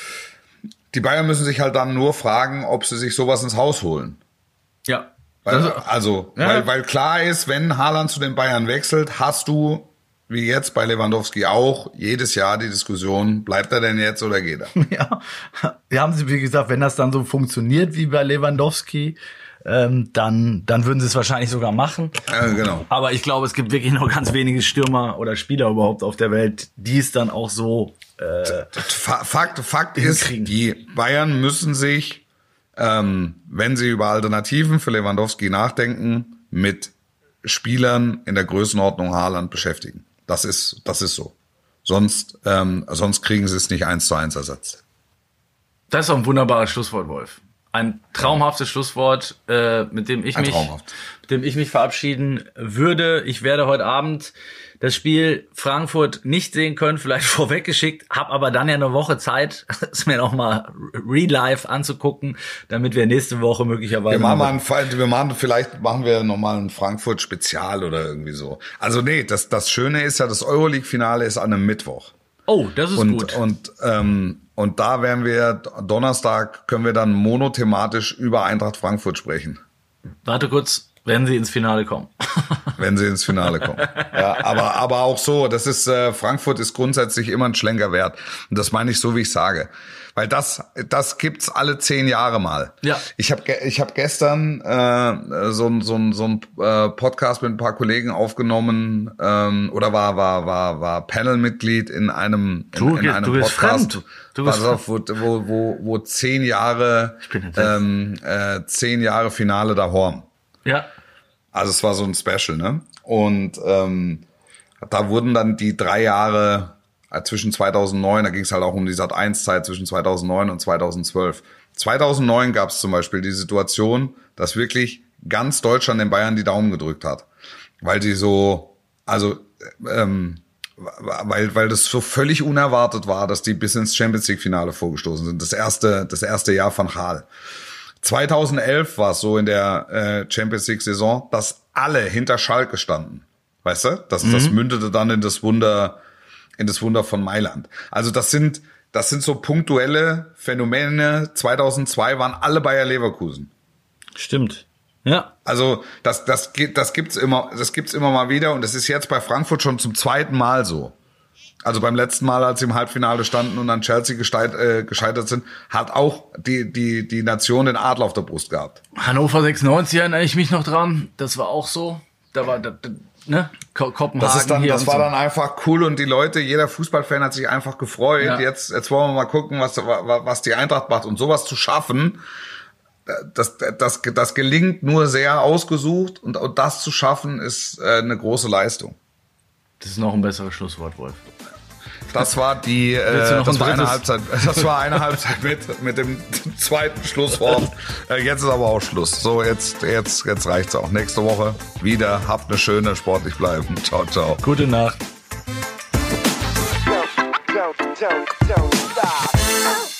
Die Bayern müssen sich halt dann nur fragen, ob sie sich sowas ins Haus holen. Ja. Weil, Also, also, ja. weil, weil klar ist, wenn Haaland zu den Bayern wechselt, hast du, wie jetzt bei Lewandowski auch, jedes Jahr die Diskussion, bleibt er denn jetzt oder geht er? ja. Wir haben sie, wie gesagt, wenn das dann so funktioniert wie bei Lewandowski, ähm, dann, dann würden sie es wahrscheinlich sogar machen. Äh, genau. Aber ich glaube, es gibt wirklich noch ganz wenige Stürmer oder Spieler überhaupt auf der Welt, die es dann auch so äh, Fakt, Fakt ist, hinkriegen. die Bayern müssen sich, ähm, wenn sie über Alternativen für Lewandowski nachdenken, mit Spielern in der Größenordnung Haaland beschäftigen. Das ist, das ist so. Sonst, ähm, sonst kriegen sie es nicht eins zu eins ersetzt. Das ist doch ein wunderbares Schlusswort, Wolf. Ein traumhaftes Schlusswort, äh, mit dem ich Ein mich, traumhaft. mit dem ich mich verabschieden würde. Ich werde heute Abend das Spiel Frankfurt nicht sehen können, vielleicht vorweggeschickt, habe aber dann ja eine Woche Zeit, es mir nochmal re-live anzugucken, damit wir nächste Woche möglicherweise... Wir machen, mal einen, wir machen vielleicht machen wir nochmal ein Frankfurt-Spezial oder irgendwie so. Also nee, das, das Schöne ist ja, das Euroleague-Finale ist an einem Mittwoch. Oh, das ist Und, gut. und, ähm, und da werden wir, Donnerstag können wir dann monothematisch über Eintracht Frankfurt sprechen. Warte kurz, Wenn sie ins Finale kommen. Wenn sie ins Finale kommen. Ja, aber, aber auch so, das ist, äh, Frankfurt ist grundsätzlich immer ein Schlenker wert. Und das meine ich so, wie ich sage. Weil das, das gibt's alle zehn Jahre mal. Ja. Ich habe ich hab gestern äh, so ein so ein so ein äh, Podcast mit ein paar Kollegen aufgenommen ähm, oder war war war war Panelmitglied in einem in, du, in einem du bist Podcast. fremd. Du bist Pass auf, wo, wo wo wo zehn Jahre ähm, äh, zehn Jahre Finale der Horn. Ja. Also es war so ein Special, ne? Und ähm, da wurden dann die drei Jahre zwischen zweitausendneun, da ging es halt auch um die Sat eins Zeit zwischen zweitausendneun und zweitausendzwölf. zweitausendneun gab es zum Beispiel die Situation, dass wirklich ganz Deutschland den Bayern die Daumen gedrückt hat, weil sie so, also ähm, weil weil das so völlig unerwartet war, dass die bis ins Champions League Finale vorgestoßen sind. Das erste das erste Jahr von Hal. zweitausendelf war es so in der äh, Champions League Saison, dass alle hinter Schalke standen, weißt du? Das mhm. das mündete dann in das Wunder in das Wunder von Mailand. Also das sind, das sind so punktuelle Phänomene. zweitausendzwei waren alle Bayer Leverkusen. Stimmt. Ja. Also das, das, das gibt's immer, das gibt's immer mal wieder und das ist jetzt bei Frankfurt schon zum zweiten Mal so. Also beim letzten Mal, als sie im Halbfinale standen und an Chelsea gesteit, äh, gescheitert sind, hat auch die, die, die Nation den Adler auf der Brust gehabt. Hannover sechsundneunzig erinnere ich mich noch dran. Das war auch so. Da war, da, da, ne? Kopenhagen das ist dann, hier das war so. dann einfach cool und die Leute, jeder Fußballfan hat sich einfach gefreut. Ja. Jetzt, jetzt wollen wir mal gucken, was, was die Eintracht macht. Und sowas zu schaffen, das, das, das gelingt nur sehr ausgesucht und, und das zu schaffen ist äh, eine große Leistung. Das ist noch ein besseres Schlusswort, Wolf. Das war die, äh, das war eine Halbzeit, das war eine Halbzeit mit, mit dem zweiten Schlusswort. Äh, jetzt ist aber auch Schluss. So, jetzt, jetzt, jetzt reicht's auch. Nächste Woche wieder. Habt eine schöne, sportlich bleiben. Ciao, ciao. Gute Nacht. Don't, don't, don't stop.